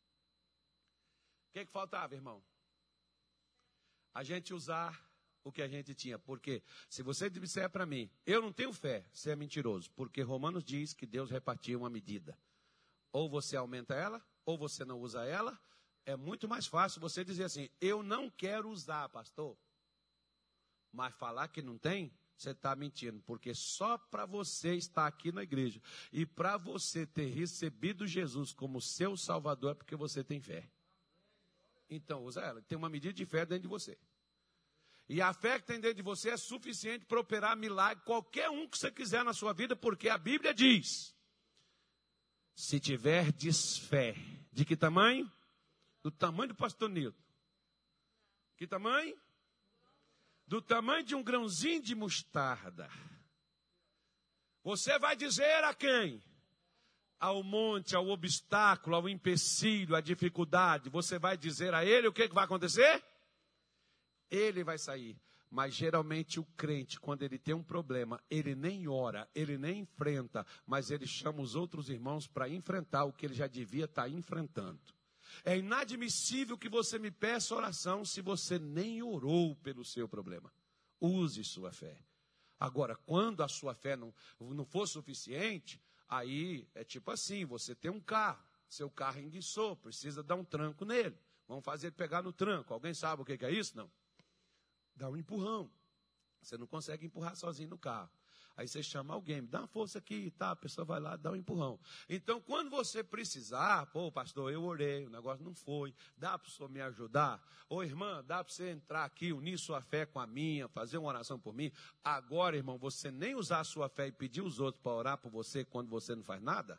O que faltava, irmão? A gente usar o que a gente tinha, porque se você disser para mim, eu não tenho fé, você é mentiroso, porque Romanos diz que Deus repartia uma medida, ou você aumenta ela, ou você não usa ela. É muito mais fácil você dizer assim, eu não quero usar, pastor, mas falar que não tem, você está mentindo, porque só para você estar aqui na igreja, e para você ter recebido Jesus como seu salvador, é porque você tem fé. Então usa ela, tem uma medida de fé dentro de você. E a fé que tem dentro de você é suficiente para operar milagre, qualquer um que você quiser na sua vida, porque a Bíblia diz, se tiverdes fé, de que tamanho? Do tamanho do pastor Nilton. Que tamanho? Do tamanho de um grãozinho de mostarda. Você vai dizer a quem? Ao monte, ao obstáculo, ao empecilho, à dificuldade. Você vai dizer a ele o que vai acontecer? Ele vai sair. Mas geralmente o crente, quando ele tem um problema, ele nem ora, ele nem enfrenta, mas ele chama os outros irmãos para enfrentar o que ele já devia estar enfrentando. É inadmissível que você me peça oração se você nem orou pelo seu problema. Use sua fé. Agora, quando a sua fé não for suficiente, aí é tipo assim, você tem um carro, seu carro enguiçou, precisa dar um tranco nele. Vamos fazer ele pegar no tranco. Alguém sabe o que é isso? Não. Dá um empurrão. Você não consegue empurrar sozinho no carro. Aí você chama alguém, dá uma força aqui, tá? A pessoa vai lá, dá um empurrão. Então, quando você precisar, pô, pastor, eu orei, o negócio não foi, dá para o senhor me ajudar? Ô, irmã, dá para você entrar aqui, unir sua fé com a minha, fazer uma oração por mim? Agora, irmão, você nem usar a sua fé e pedir os outros para orar por você quando você não faz nada?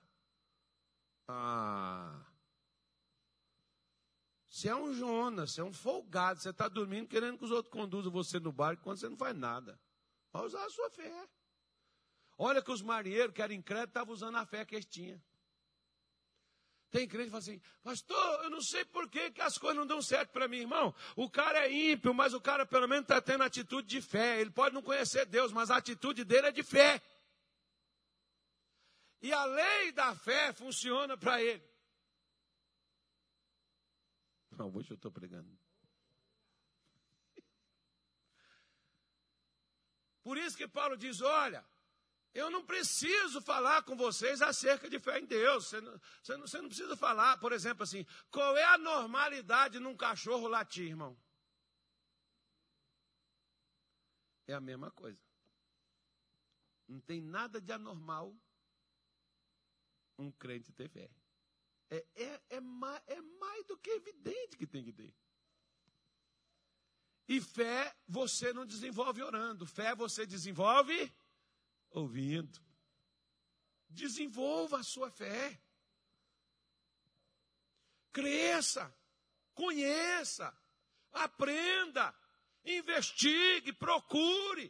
Você é um Jonas, você é um folgado, você está dormindo querendo que os outros conduzam você no barco quando você não faz nada. Vai usar a sua fé. Olha que os marinheiros que eram incrédulos estavam usando a fé que eles tinham. Tem crente que fala assim, pastor, eu não sei por que as coisas não dão certo para mim, irmão. O cara é ímpio, mas o cara pelo menos está tendo atitude de fé. Ele pode não conhecer Deus, mas a atitude dele é de fé. E a lei da fé funciona para ele. Não, hoje eu estou pregando. Por isso que Paulo diz, olha, eu não preciso falar com vocês acerca de fé em Deus. Você não precisa falar, por exemplo, assim, qual é a normalidade num cachorro latir, irmão? É a mesma coisa. Não tem nada de anormal um crente ter fé. É mais do que evidente que tem que ter. E fé você não desenvolve orando. Fé você desenvolve ouvindo. Desenvolva a sua fé. Cresça. Conheça. Aprenda. Investigue. Procure.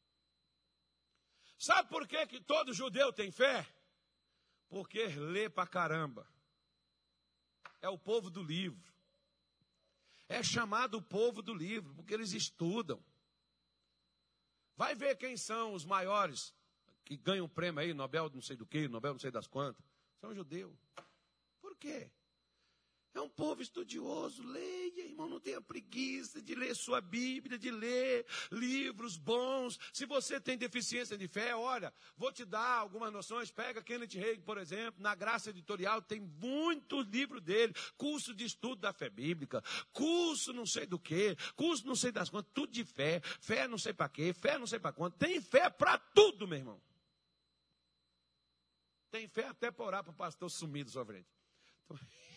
Sabe por que todo judeu tem fé? Porque lê pra caramba. É o povo do livro. É chamado o povo do livro, porque eles estudam. Vai ver quem são os maiores que ganham prêmio aí, Nobel não sei do que, Nobel não sei das quantas. São judeus. Por quê? É um povo estudioso. Leia, irmão, não tenha preguiça de ler sua Bíblia, de ler livros bons. Se você tem deficiência de fé, olha, vou te dar algumas noções. Pega Kenneth Hagin, por exemplo, na Graça Editorial, tem muitos livros dele. Curso de estudo da fé bíblica, curso não sei do que, curso não sei das quantas, tudo de fé. Fé não sei para quê, fé não sei para quanto. Tem fé para tudo, meu irmão. Tem fé até para orar para o pastor sumir da sua frente. Então,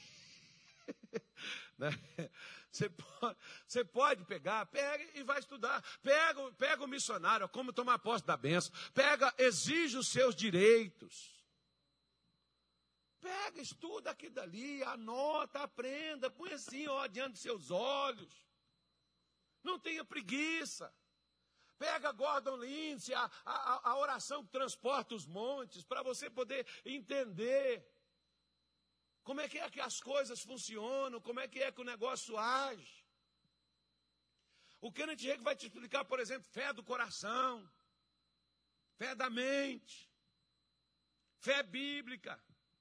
né? Você pode pega e vai estudar. Pega o missionário, como tomar posse da bênção. Exige os seus direitos. Pega, estuda aqui dali, anota, aprenda, põe assim, ó, diante dos seus olhos. Não tenha preguiça. Pega Gordon Lindsay, a oração que transporta os montes, para você poder entender como é que as coisas funcionam, como é que o negócio age. O Kenneth Hagin vai te explicar, por exemplo, fé do coração, fé da mente, fé bíblica.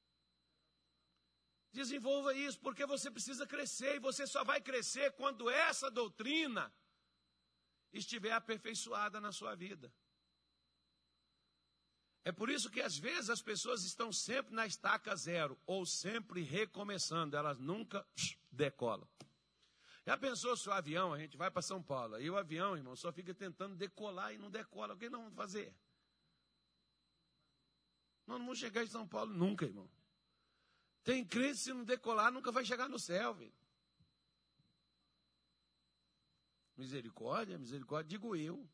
Desenvolva isso, porque você precisa crescer, e você só vai crescer quando essa doutrina estiver aperfeiçoada na sua vida. É por isso que às vezes as pessoas estão sempre na estaca zero, ou sempre recomeçando, elas nunca decolam. Já pensou se o avião, a gente vai para São Paulo, e o avião, irmão, só fica tentando decolar e não decola, o que nós vamos fazer? Nós não vamos chegar em São Paulo nunca, irmão. Tem crente, se não decolar, nunca vai chegar no céu, velho. Misericórdia, misericórdia, digo eu.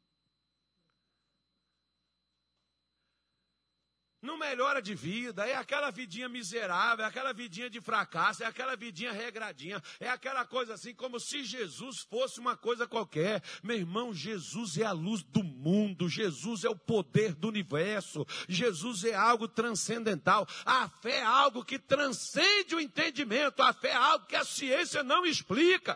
Não melhora de vida, é aquela vidinha miserável, é aquela vidinha de fracasso, é aquela vidinha regradinha, é aquela coisa assim, como se Jesus fosse uma coisa qualquer. Meu irmão, Jesus é a luz do mundo, Jesus é o poder do universo, Jesus é algo transcendental. A fé é algo que transcende o entendimento, a fé é algo que a ciência não explica.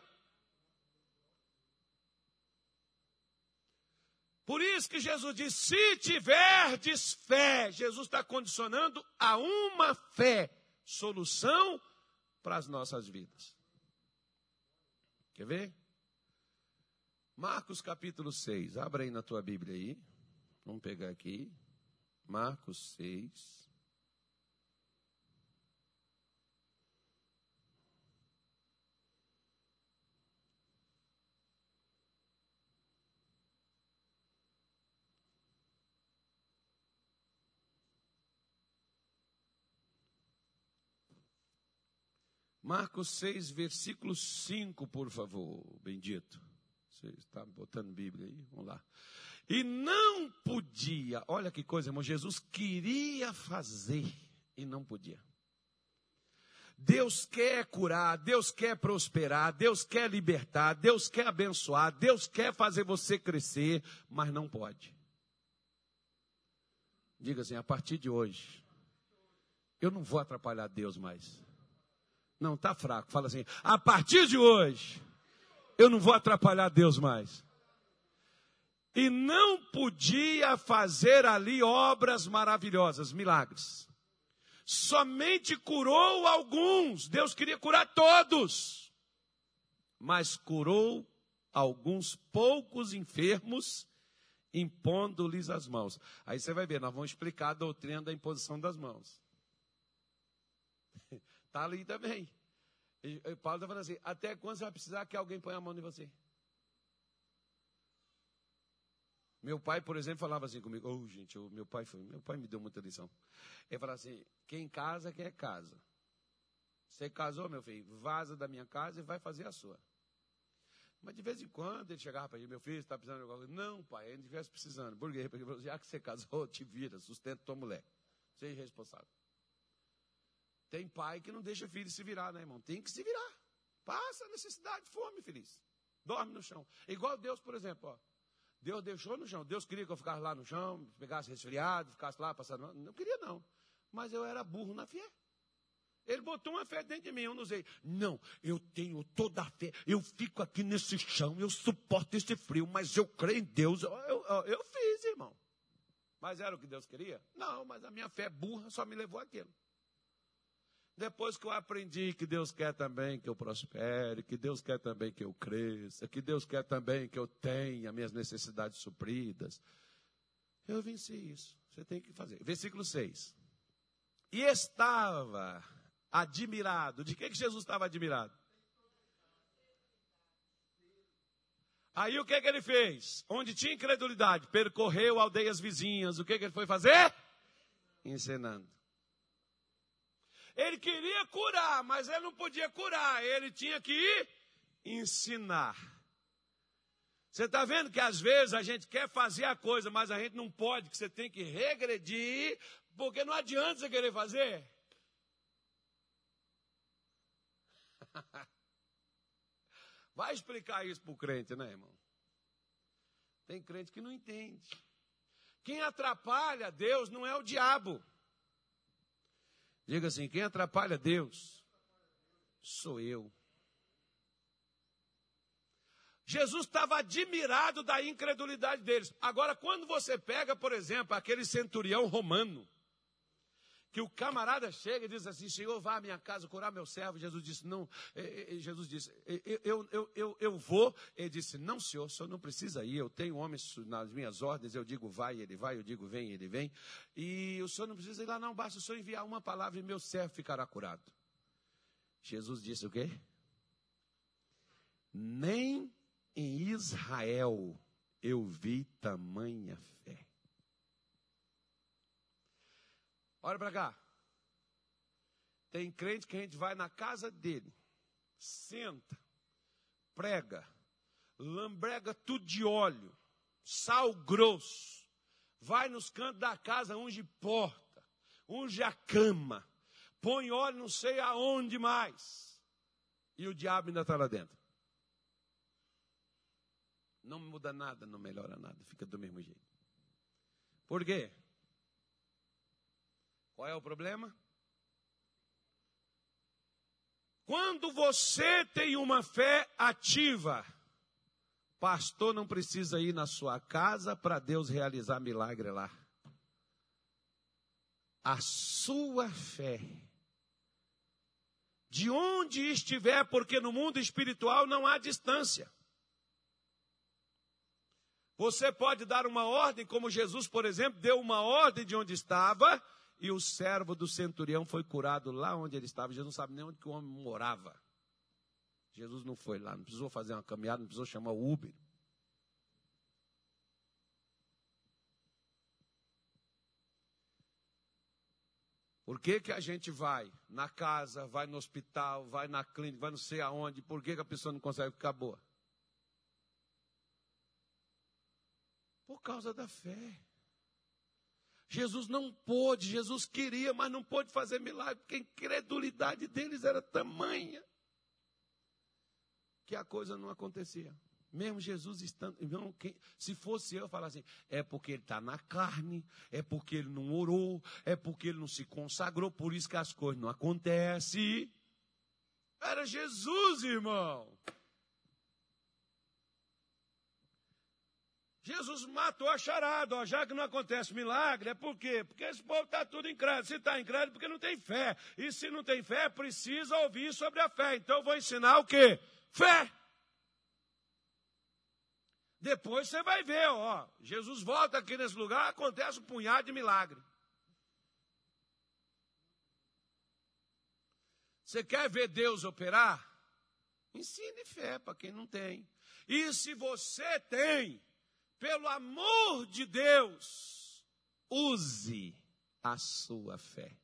Por isso que Jesus diz, se tiverdes fé, Jesus está condicionando a uma fé, solução para as nossas vidas. Quer ver? Marcos capítulo 6, abra aí na tua Bíblia aí, vamos pegar aqui, Marcos 6. Marcos 6, versículo 5, por favor, bendito. Você está botando Bíblia aí? Vamos lá. E não podia, olha que coisa, irmão, Jesus queria fazer e não podia. Deus quer curar, Deus quer prosperar, Deus quer libertar, Deus quer abençoar, Deus quer fazer você crescer, mas não pode. Diga assim, a partir de hoje, eu não vou atrapalhar Deus mais. Não, está fraco. Fala assim, a partir de hoje, eu não vou atrapalhar Deus mais. E não podia fazer ali obras maravilhosas, milagres. Somente curou alguns. Deus queria curar todos. Mas curou alguns poucos enfermos, impondo-lhes as mãos. Aí você vai ver, nós vamos explicar a doutrina da imposição das mãos. Está ali também. E Paulo está falando assim, até quando você vai precisar que alguém ponha a mão em você? Meu pai, por exemplo, falava assim comigo, gente, meu pai me deu muita lição. Ele falava assim, quem casa, quer casa. Você casou, meu filho, vaza da minha casa e vai fazer a sua. Mas de vez em quando ele chegava para ele, meu filho, você está precisando de alguma coisa? Não, pai, ele não estivesse precisando. Por quê? Porque já que você casou, te vira, sustenta tua mulher. Seja responsável. Tem pai que não deixa filho se virar, né, irmão? Tem que se virar. Passa necessidade, fome, feliz. Dorme no chão. Igual Deus, por exemplo, ó. Deus deixou no chão. Deus queria que eu ficasse lá no chão, pegasse resfriado, ficasse lá passando. Não queria, não. Mas eu era burro na fé. Ele botou uma fé dentro de mim, eu não usei. Não, eu tenho toda a fé. Eu fico aqui nesse chão, eu suporto esse frio, mas eu creio em Deus. Eu fiz, irmão. Mas era o que Deus queria? Não, mas a minha fé burra só me levou àquilo. Depois que eu aprendi que Deus quer também que eu prospere, que Deus quer também que eu cresça, que Deus quer também que eu tenha minhas necessidades supridas, eu venci isso. Você tem que fazer. Versículo 6. E estava admirado. De que Jesus estava admirado? Aí o que ele fez? Onde tinha incredulidade, percorreu aldeias vizinhas. O que ele foi fazer? Ensinando. Ele queria curar, mas ele não podia curar. Ele tinha que ensinar. Você está vendo que às vezes a gente quer fazer a coisa, mas a gente não pode, que você tem que regredir, porque não adianta você querer fazer. Vai explicar isso para o crente, né, irmão? Tem crente que não entende. Quem atrapalha Deus não é o diabo. Diga assim, quem atrapalha Deus sou eu. Jesus estava admirado da incredulidade deles. Agora, quando você pega, por exemplo, aquele centurião romano, que o camarada chega e diz assim, Senhor, vá à minha casa curar meu servo. Jesus disse, não. Jesus disse, eu vou. Ele disse, não, senhor, o senhor não precisa ir. Eu tenho homens nas minhas ordens. Eu digo, vai, ele vai. Eu digo, vem, ele vem. E o senhor não precisa ir lá, não. Basta o senhor enviar uma palavra e meu servo ficará curado. Jesus disse o quê? Nem em Israel eu vi tamanha fé. Olha para cá. Tem crente que a gente vai na casa dele, senta, prega, lambrega tudo de óleo, sal grosso, vai nos cantos da casa, unge porta, unge a cama, põe óleo não sei aonde mais. E o diabo ainda está lá dentro. Não muda nada, não melhora nada, fica do mesmo jeito. Por quê? Qual é o problema? Quando você tem uma fé ativa, pastor não precisa ir na sua casa para Deus realizar milagre lá. A sua fé, de onde estiver, porque no mundo espiritual não há distância. Você pode dar uma ordem, como Jesus, por exemplo, deu uma ordem de onde estava, e o servo do centurião foi curado lá onde ele estava. Jesus não sabe nem onde que o homem morava. Jesus não foi lá, não precisou fazer uma caminhada, não precisou chamar o Uber. Por que que a gente vai na casa, vai no hospital, vai na clínica, vai não sei aonde? Por que que a pessoa não consegue ficar boa? Por causa da fé. Jesus não pôde, Jesus queria, mas não pôde fazer milagre, porque a incredulidade deles era tamanha que a coisa não acontecia. Mesmo Jesus estando, irmão, se fosse eu falar assim, é porque ele está na carne, é porque ele não orou, é porque ele não se consagrou, por isso que as coisas não acontecem. Era Jesus, irmão. Jesus matou a charada, ó, já que não acontece milagre, é por quê? Porque esse povo está tudo incrédulo. Se está incrédulo, porque não tem fé. E se não tem fé, precisa ouvir sobre a fé. Então eu vou ensinar o quê? Fé. Depois você vai ver, ó, Jesus volta aqui nesse lugar, acontece um punhado de milagre. Você quer ver Deus operar? Ensine fé para quem não tem. E se você tem, pelo amor de Deus, use a sua fé.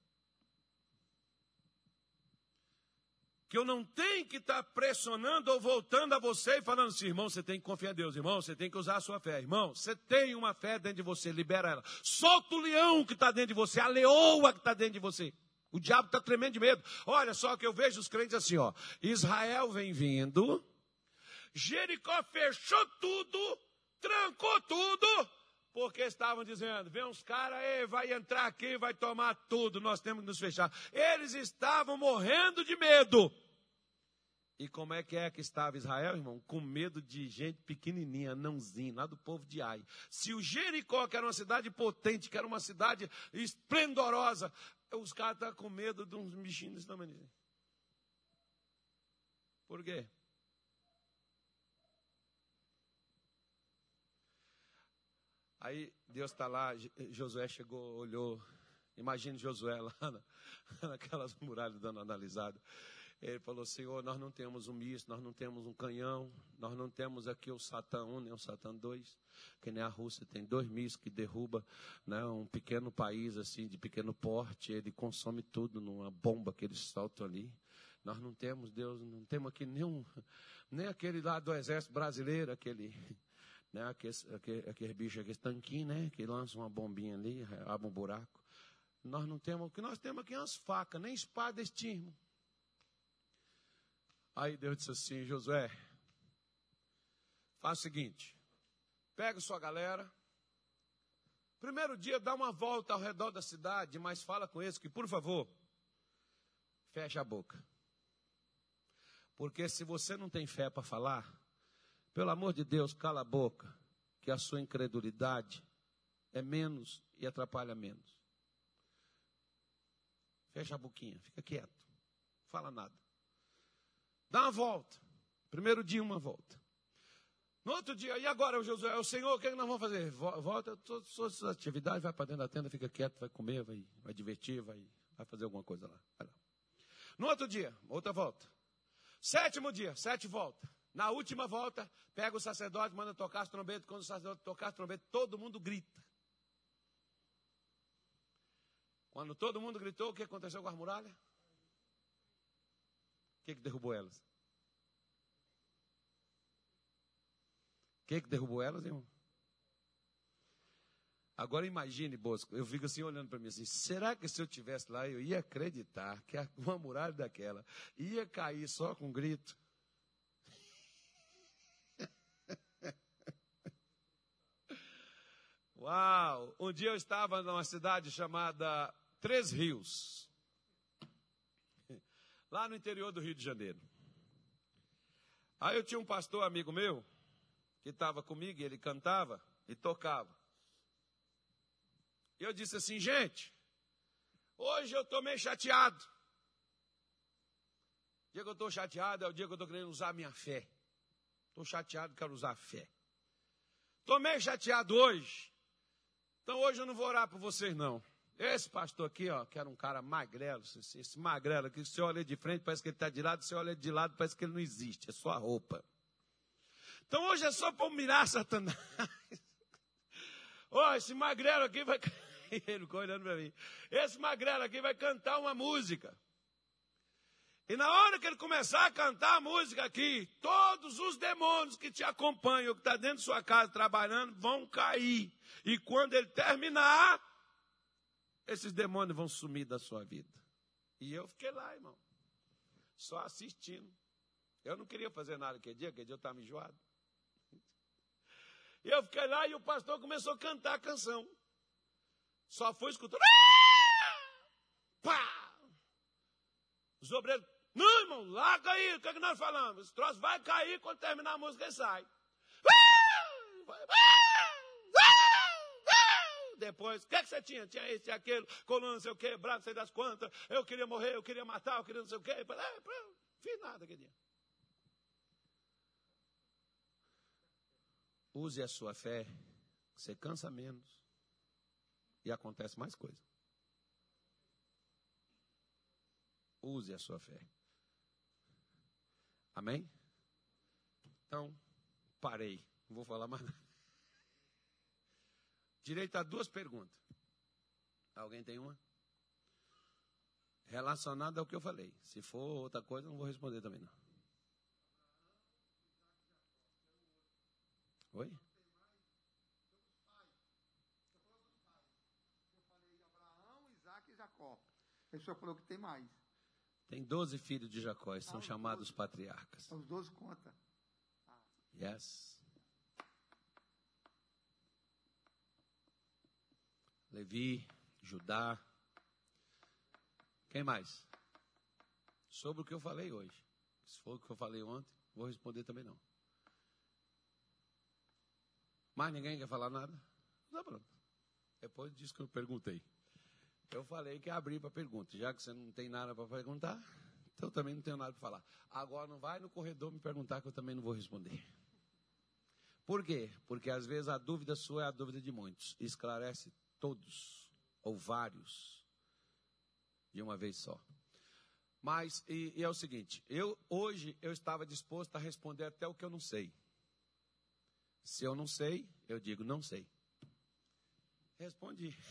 Que eu não tenho que estar pressionando ou voltando a você e falando assim, irmão, você tem que confiar em Deus, irmão, você tem que usar a sua fé. Irmão, você tem uma fé dentro de você, libera ela. Solta o leão que está dentro de você, a leoa que está dentro de você. O diabo está tremendo de medo. Olha só que eu vejo os crentes assim, ó. Israel vem vindo, Jericó fechou tudo, trancou tudo, porque estavam dizendo, vem uns caras, vai entrar aqui, vai tomar tudo, nós temos que nos fechar. Eles estavam morrendo de medo. E como é que estava Israel, irmão? Com medo de gente pequenininha, anãozinho, lá do povo de Ai. Se o Jericó, que era uma cidade potente, que era uma cidade esplendorosa, os caras estão com medo de uns bichinhos desse tamanho. Por quê? Aí Deus está lá, Josué chegou, olhou, imagine Josué lá naquelas muralhas dando analisada. Ele falou, Senhor, nós não temos um míssil, nós não temos um canhão, nós não temos aqui o Satã 1, nem o Satã 2, que nem a Rússia tem 2 mísseis que derruba, né, um pequeno país assim, de pequeno porte, ele consome tudo numa bomba que eles soltam ali. Nós não temos, Deus, não temos aqui nem aquele lá do exército brasileiro, aquele... Né, aquele bicho, aquele tanquinho, né, que lança uma bombinha ali, abre um buraco. Nós não temos, o que nós temos aqui é umas facas, nem espada este irmão. Aí Deus disse assim, Josué, faz o seguinte, pega sua galera. Primeiro dia, dá uma volta ao redor da cidade, mas fala com eles que, por favor, feche a boca. Porque se você não tem fé para falar, pelo amor de Deus, cala a boca, que a sua incredulidade é menos e atrapalha menos. Fecha a boquinha, fica quieto, não fala nada. Dá uma volta. Primeiro dia, uma volta. No outro dia, e agora, Josué, o Senhor, o que nós vamos fazer? Volta todas as atividades, vai para dentro da tenda, fica quieto, vai comer, vai divertir, vai fazer alguma coisa lá. Vai lá. No outro dia, outra volta. 7º dia, 7 voltas. Na última volta, pega o sacerdote, manda tocar as trombetas. Quando o sacerdote tocar as trombetas, todo mundo grita. Quando todo mundo gritou, o que aconteceu com as muralhas? O que derrubou elas? O que derrubou elas, irmão? Agora imagine, Bosco, eu fico assim olhando para mim assim, será que se eu estivesse lá, eu ia acreditar que uma muralha daquela ia cair só com um grito? Uau! Um dia eu estava numa cidade chamada Três Rios, lá no interior do Rio de Janeiro. Aí eu tinha um pastor amigo meu, que estava comigo, e ele cantava e tocava. E eu disse assim, gente, hoje eu estou meio chateado. O dia que eu estou chateado é o dia que eu estou querendo usar a minha fé. Estou chateado, quero usar a fé. Estou meio chateado hoje. Então hoje eu não vou orar por vocês, não. Esse pastor aqui, ó, que era um cara magrelo, esse magrelo aqui, você olha de frente, parece que ele está de lado, você olha de lado, parece que ele não existe, é só a roupa. Então hoje é só para mirar Satanás. Ó, esse magrelo aqui vai... Ele ficou olhando para mim. Esse magrelo aqui vai cantar uma música. E na hora que ele começar a cantar a música aqui, todos os demônios que te acompanham, que estão dentro de sua casa trabalhando, vão cair. E quando ele terminar, esses demônios vão sumir da sua vida. E eu fiquei lá, irmão, só assistindo. Eu não queria fazer nada aquele dia eu estava enjoado. E eu fiquei lá e o pastor começou a cantar a canção. Só fui escutando. Pá! Os obreiros, não, irmão, larga aí, o que é que nós falamos? Esse troço vai cair quando terminar a música e sai. Depois, o que é que você tinha? Tinha esse e aquele, coluna, não sei o quê, braço, não sei das quantas. Eu queria morrer, eu queria matar, eu queria não sei o quê. Fiz nada aquele dia. Use a sua fé, você cansa menos e acontece mais coisa. Use a sua fé. Amém? Então, parei. Não vou falar mais nada. Direito a 2 perguntas. Alguém tem uma? Relacionada ao que eu falei. Se for outra coisa, não vou responder também, não. Oi? Eu falei Abraão, Isaac e Jacó. O senhor falou que tem mais. Tem 12 filhos de Jacó, são chamados 12. patriarcas. Os 12 conta. Yes. Levi, Judá. Quem mais? Sobre o que eu falei hoje. Se for o que eu falei ontem, vou responder também não. Mais ninguém quer falar nada? Tá pronto. Depois disso que eu perguntei. Eu falei que ia abrir para pergunta. Já que você não tem nada para perguntar, então eu também não tenho nada para falar. Agora não vai no corredor me perguntar que eu também não vou responder. Por quê? Porque às vezes a dúvida sua é a dúvida de muitos. Esclarece todos, ou vários, de uma vez só. Mas, e é o seguinte, hoje eu estava disposto a responder até o que eu não sei. Se eu não sei, eu digo não sei. Respondi.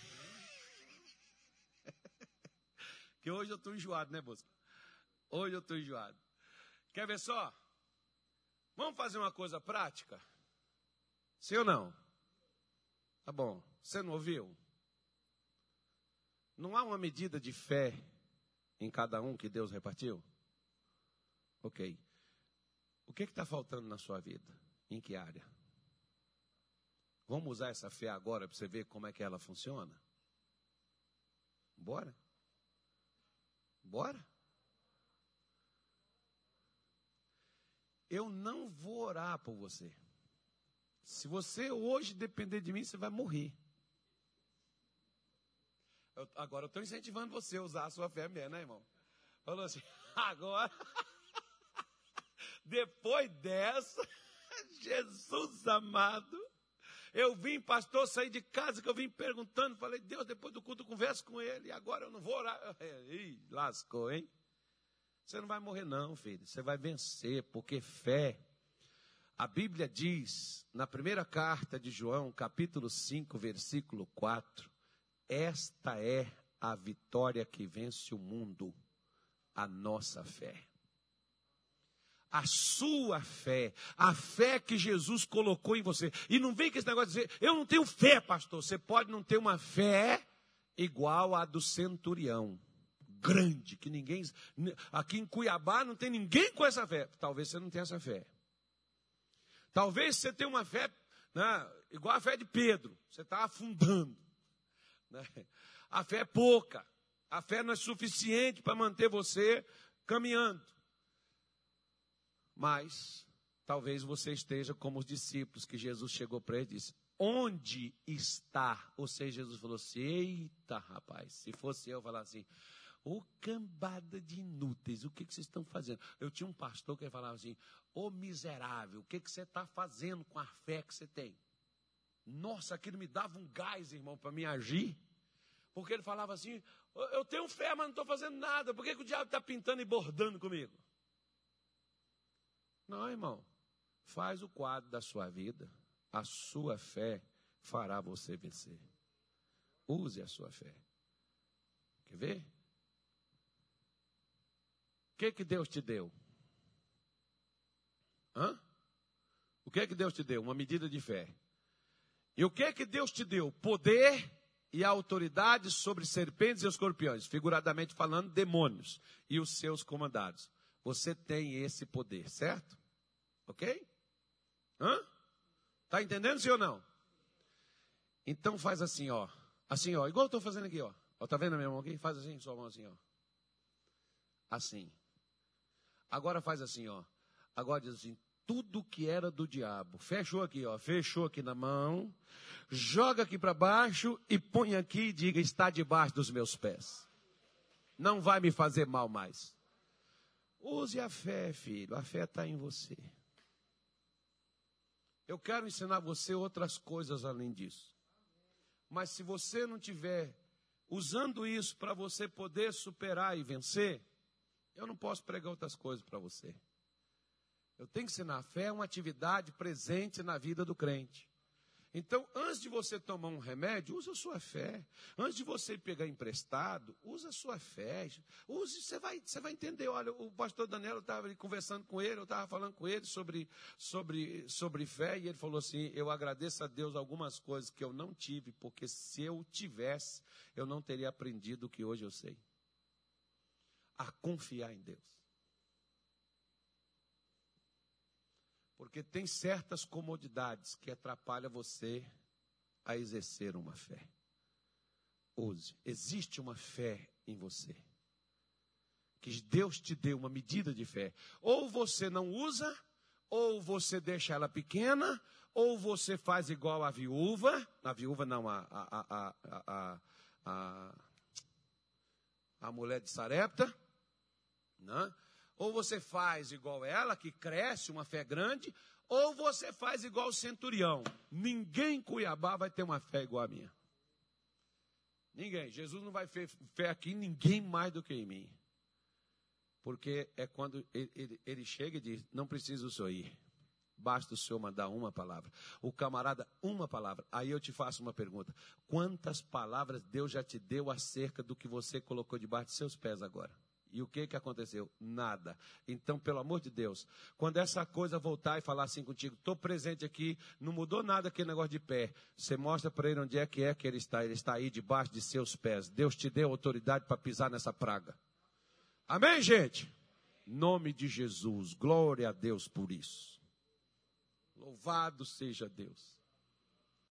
Que hoje eu estou enjoado, né, Bosco? Hoje eu estou enjoado. Quer ver só? Vamos fazer uma coisa prática? Sim ou não? Tá bom. Você não ouviu? Não há uma medida de fé em cada um que Deus repartiu? Ok. O que está faltando na sua vida? Em que área? Vamos usar essa fé agora para você ver como é que ela funciona? Bora? Bora? Eu não vou orar por você. Se você hoje depender de mim, você vai morrer. Agora eu estou incentivando você a usar a sua fé mesmo, né, irmão? Falou assim, agora, depois dessa, Jesus amado, eu vim, pastor, saí de casa, que eu vim perguntando, falei, Deus, depois do culto eu converso com ele, e agora eu não vou orar. Ih, lascou, hein? Você não vai morrer não, filho, você vai vencer, porque fé, a Bíblia diz, na primeira carta de João, capítulo 5, versículo 4, esta é a vitória que vence o mundo, a nossa fé. A sua fé, a fé que Jesus colocou em você. E não vem com esse negócio de dizer, eu não tenho fé, pastor. Você pode não ter uma fé igual à do centurião. Grande, que ninguém... Aqui em Cuiabá não tem ninguém com essa fé. Talvez você não tenha essa fé. Talvez você tenha uma fé, né, igual a fé de Pedro. Você está afundando. Né? A fé é pouca. A fé não é suficiente para manter você caminhando. Mas, talvez você esteja como os discípulos, que Jesus chegou para eles e disse, onde está? Ou seja, Jesus falou assim, eita rapaz, se fosse eu falar assim, ô cambada de inúteis, o que vocês estão fazendo? Eu tinha um pastor que falava assim, ô miserável, o que você está fazendo com a fé que você tem? Nossa, aquilo me dava um gás, irmão, para me agir. Porque ele falava assim, eu tenho fé, mas não estou fazendo nada. Por que o diabo está pintando e bordando comigo? Não, irmão. Faz o quadro da sua vida. A sua fé fará você vencer. Use a sua fé. Quer ver? O que Deus te deu? O que Deus te deu? Uma medida de fé. E o que Deus te deu? Poder e autoridade sobre serpentes e escorpiões. Figuradamente falando, demônios e os seus comandados. Você tem esse poder, certo? Ok? Está entendendo, sim ou não? Então faz assim, ó. Assim, ó. Igual eu estou fazendo aqui, ó. Está vendo a minha mão aqui? Faz assim, sua mão assim, ó. Assim. Agora faz assim, ó. Agora diz assim, tudo que era do diabo. Fechou aqui, ó. Fechou aqui na mão. Joga aqui para baixo e põe aqui e diga, está debaixo dos meus pés. Não vai me fazer mal mais. Use a fé, filho. A fé está em você. Eu quero ensinar você outras coisas além disso. Mas se você não tiver usando isso para você poder superar e vencer, eu não posso pregar outras coisas para você. Eu tenho que ensinar. A fé é uma atividade presente na vida do crente. Então, antes de você tomar um remédio, use a sua fé. Antes de você pegar emprestado, use a sua fé. Use, você vai entender. Olha, o pastor Daniel, eu estava conversando com ele, eu estava falando com ele sobre fé, e ele falou assim, eu agradeço a Deus algumas coisas que eu não tive, porque se eu tivesse, eu não teria aprendido o que hoje eu sei. A confiar em Deus. Porque tem certas comodidades que atrapalham você a exercer uma fé. Use. Existe uma fé em você. Que Deus te deu uma medida de fé. Ou você não usa, ou você deixa ela pequena, ou você faz igual a viúva. A viúva não, a mulher de Sarepta. Não? Ou você faz igual ela, que cresce, uma fé grande, ou você faz igual o centurião. Ninguém em Cuiabá vai ter uma fé igual a minha. Ninguém. Jesus não vai ter fé aqui em ninguém mais do que em mim. Porque é quando ele chega e diz, não precisa o senhor ir. Basta o senhor mandar uma palavra. O camarada, uma palavra. Aí eu te faço uma pergunta. Quantas palavras Deus já te deu acerca do que você colocou debaixo de seus pés agora? E o que aconteceu? Nada. Então, pelo amor de Deus, quando essa coisa voltar e falar assim contigo, estou presente aqui, não mudou nada aquele negócio de pé. Você mostra para ele onde é que ele está. Ele está aí debaixo de seus pés. Deus te deu autoridade para pisar nessa praga. Amém, gente? Em nome de Jesus. Glória a Deus por isso. Louvado seja Deus.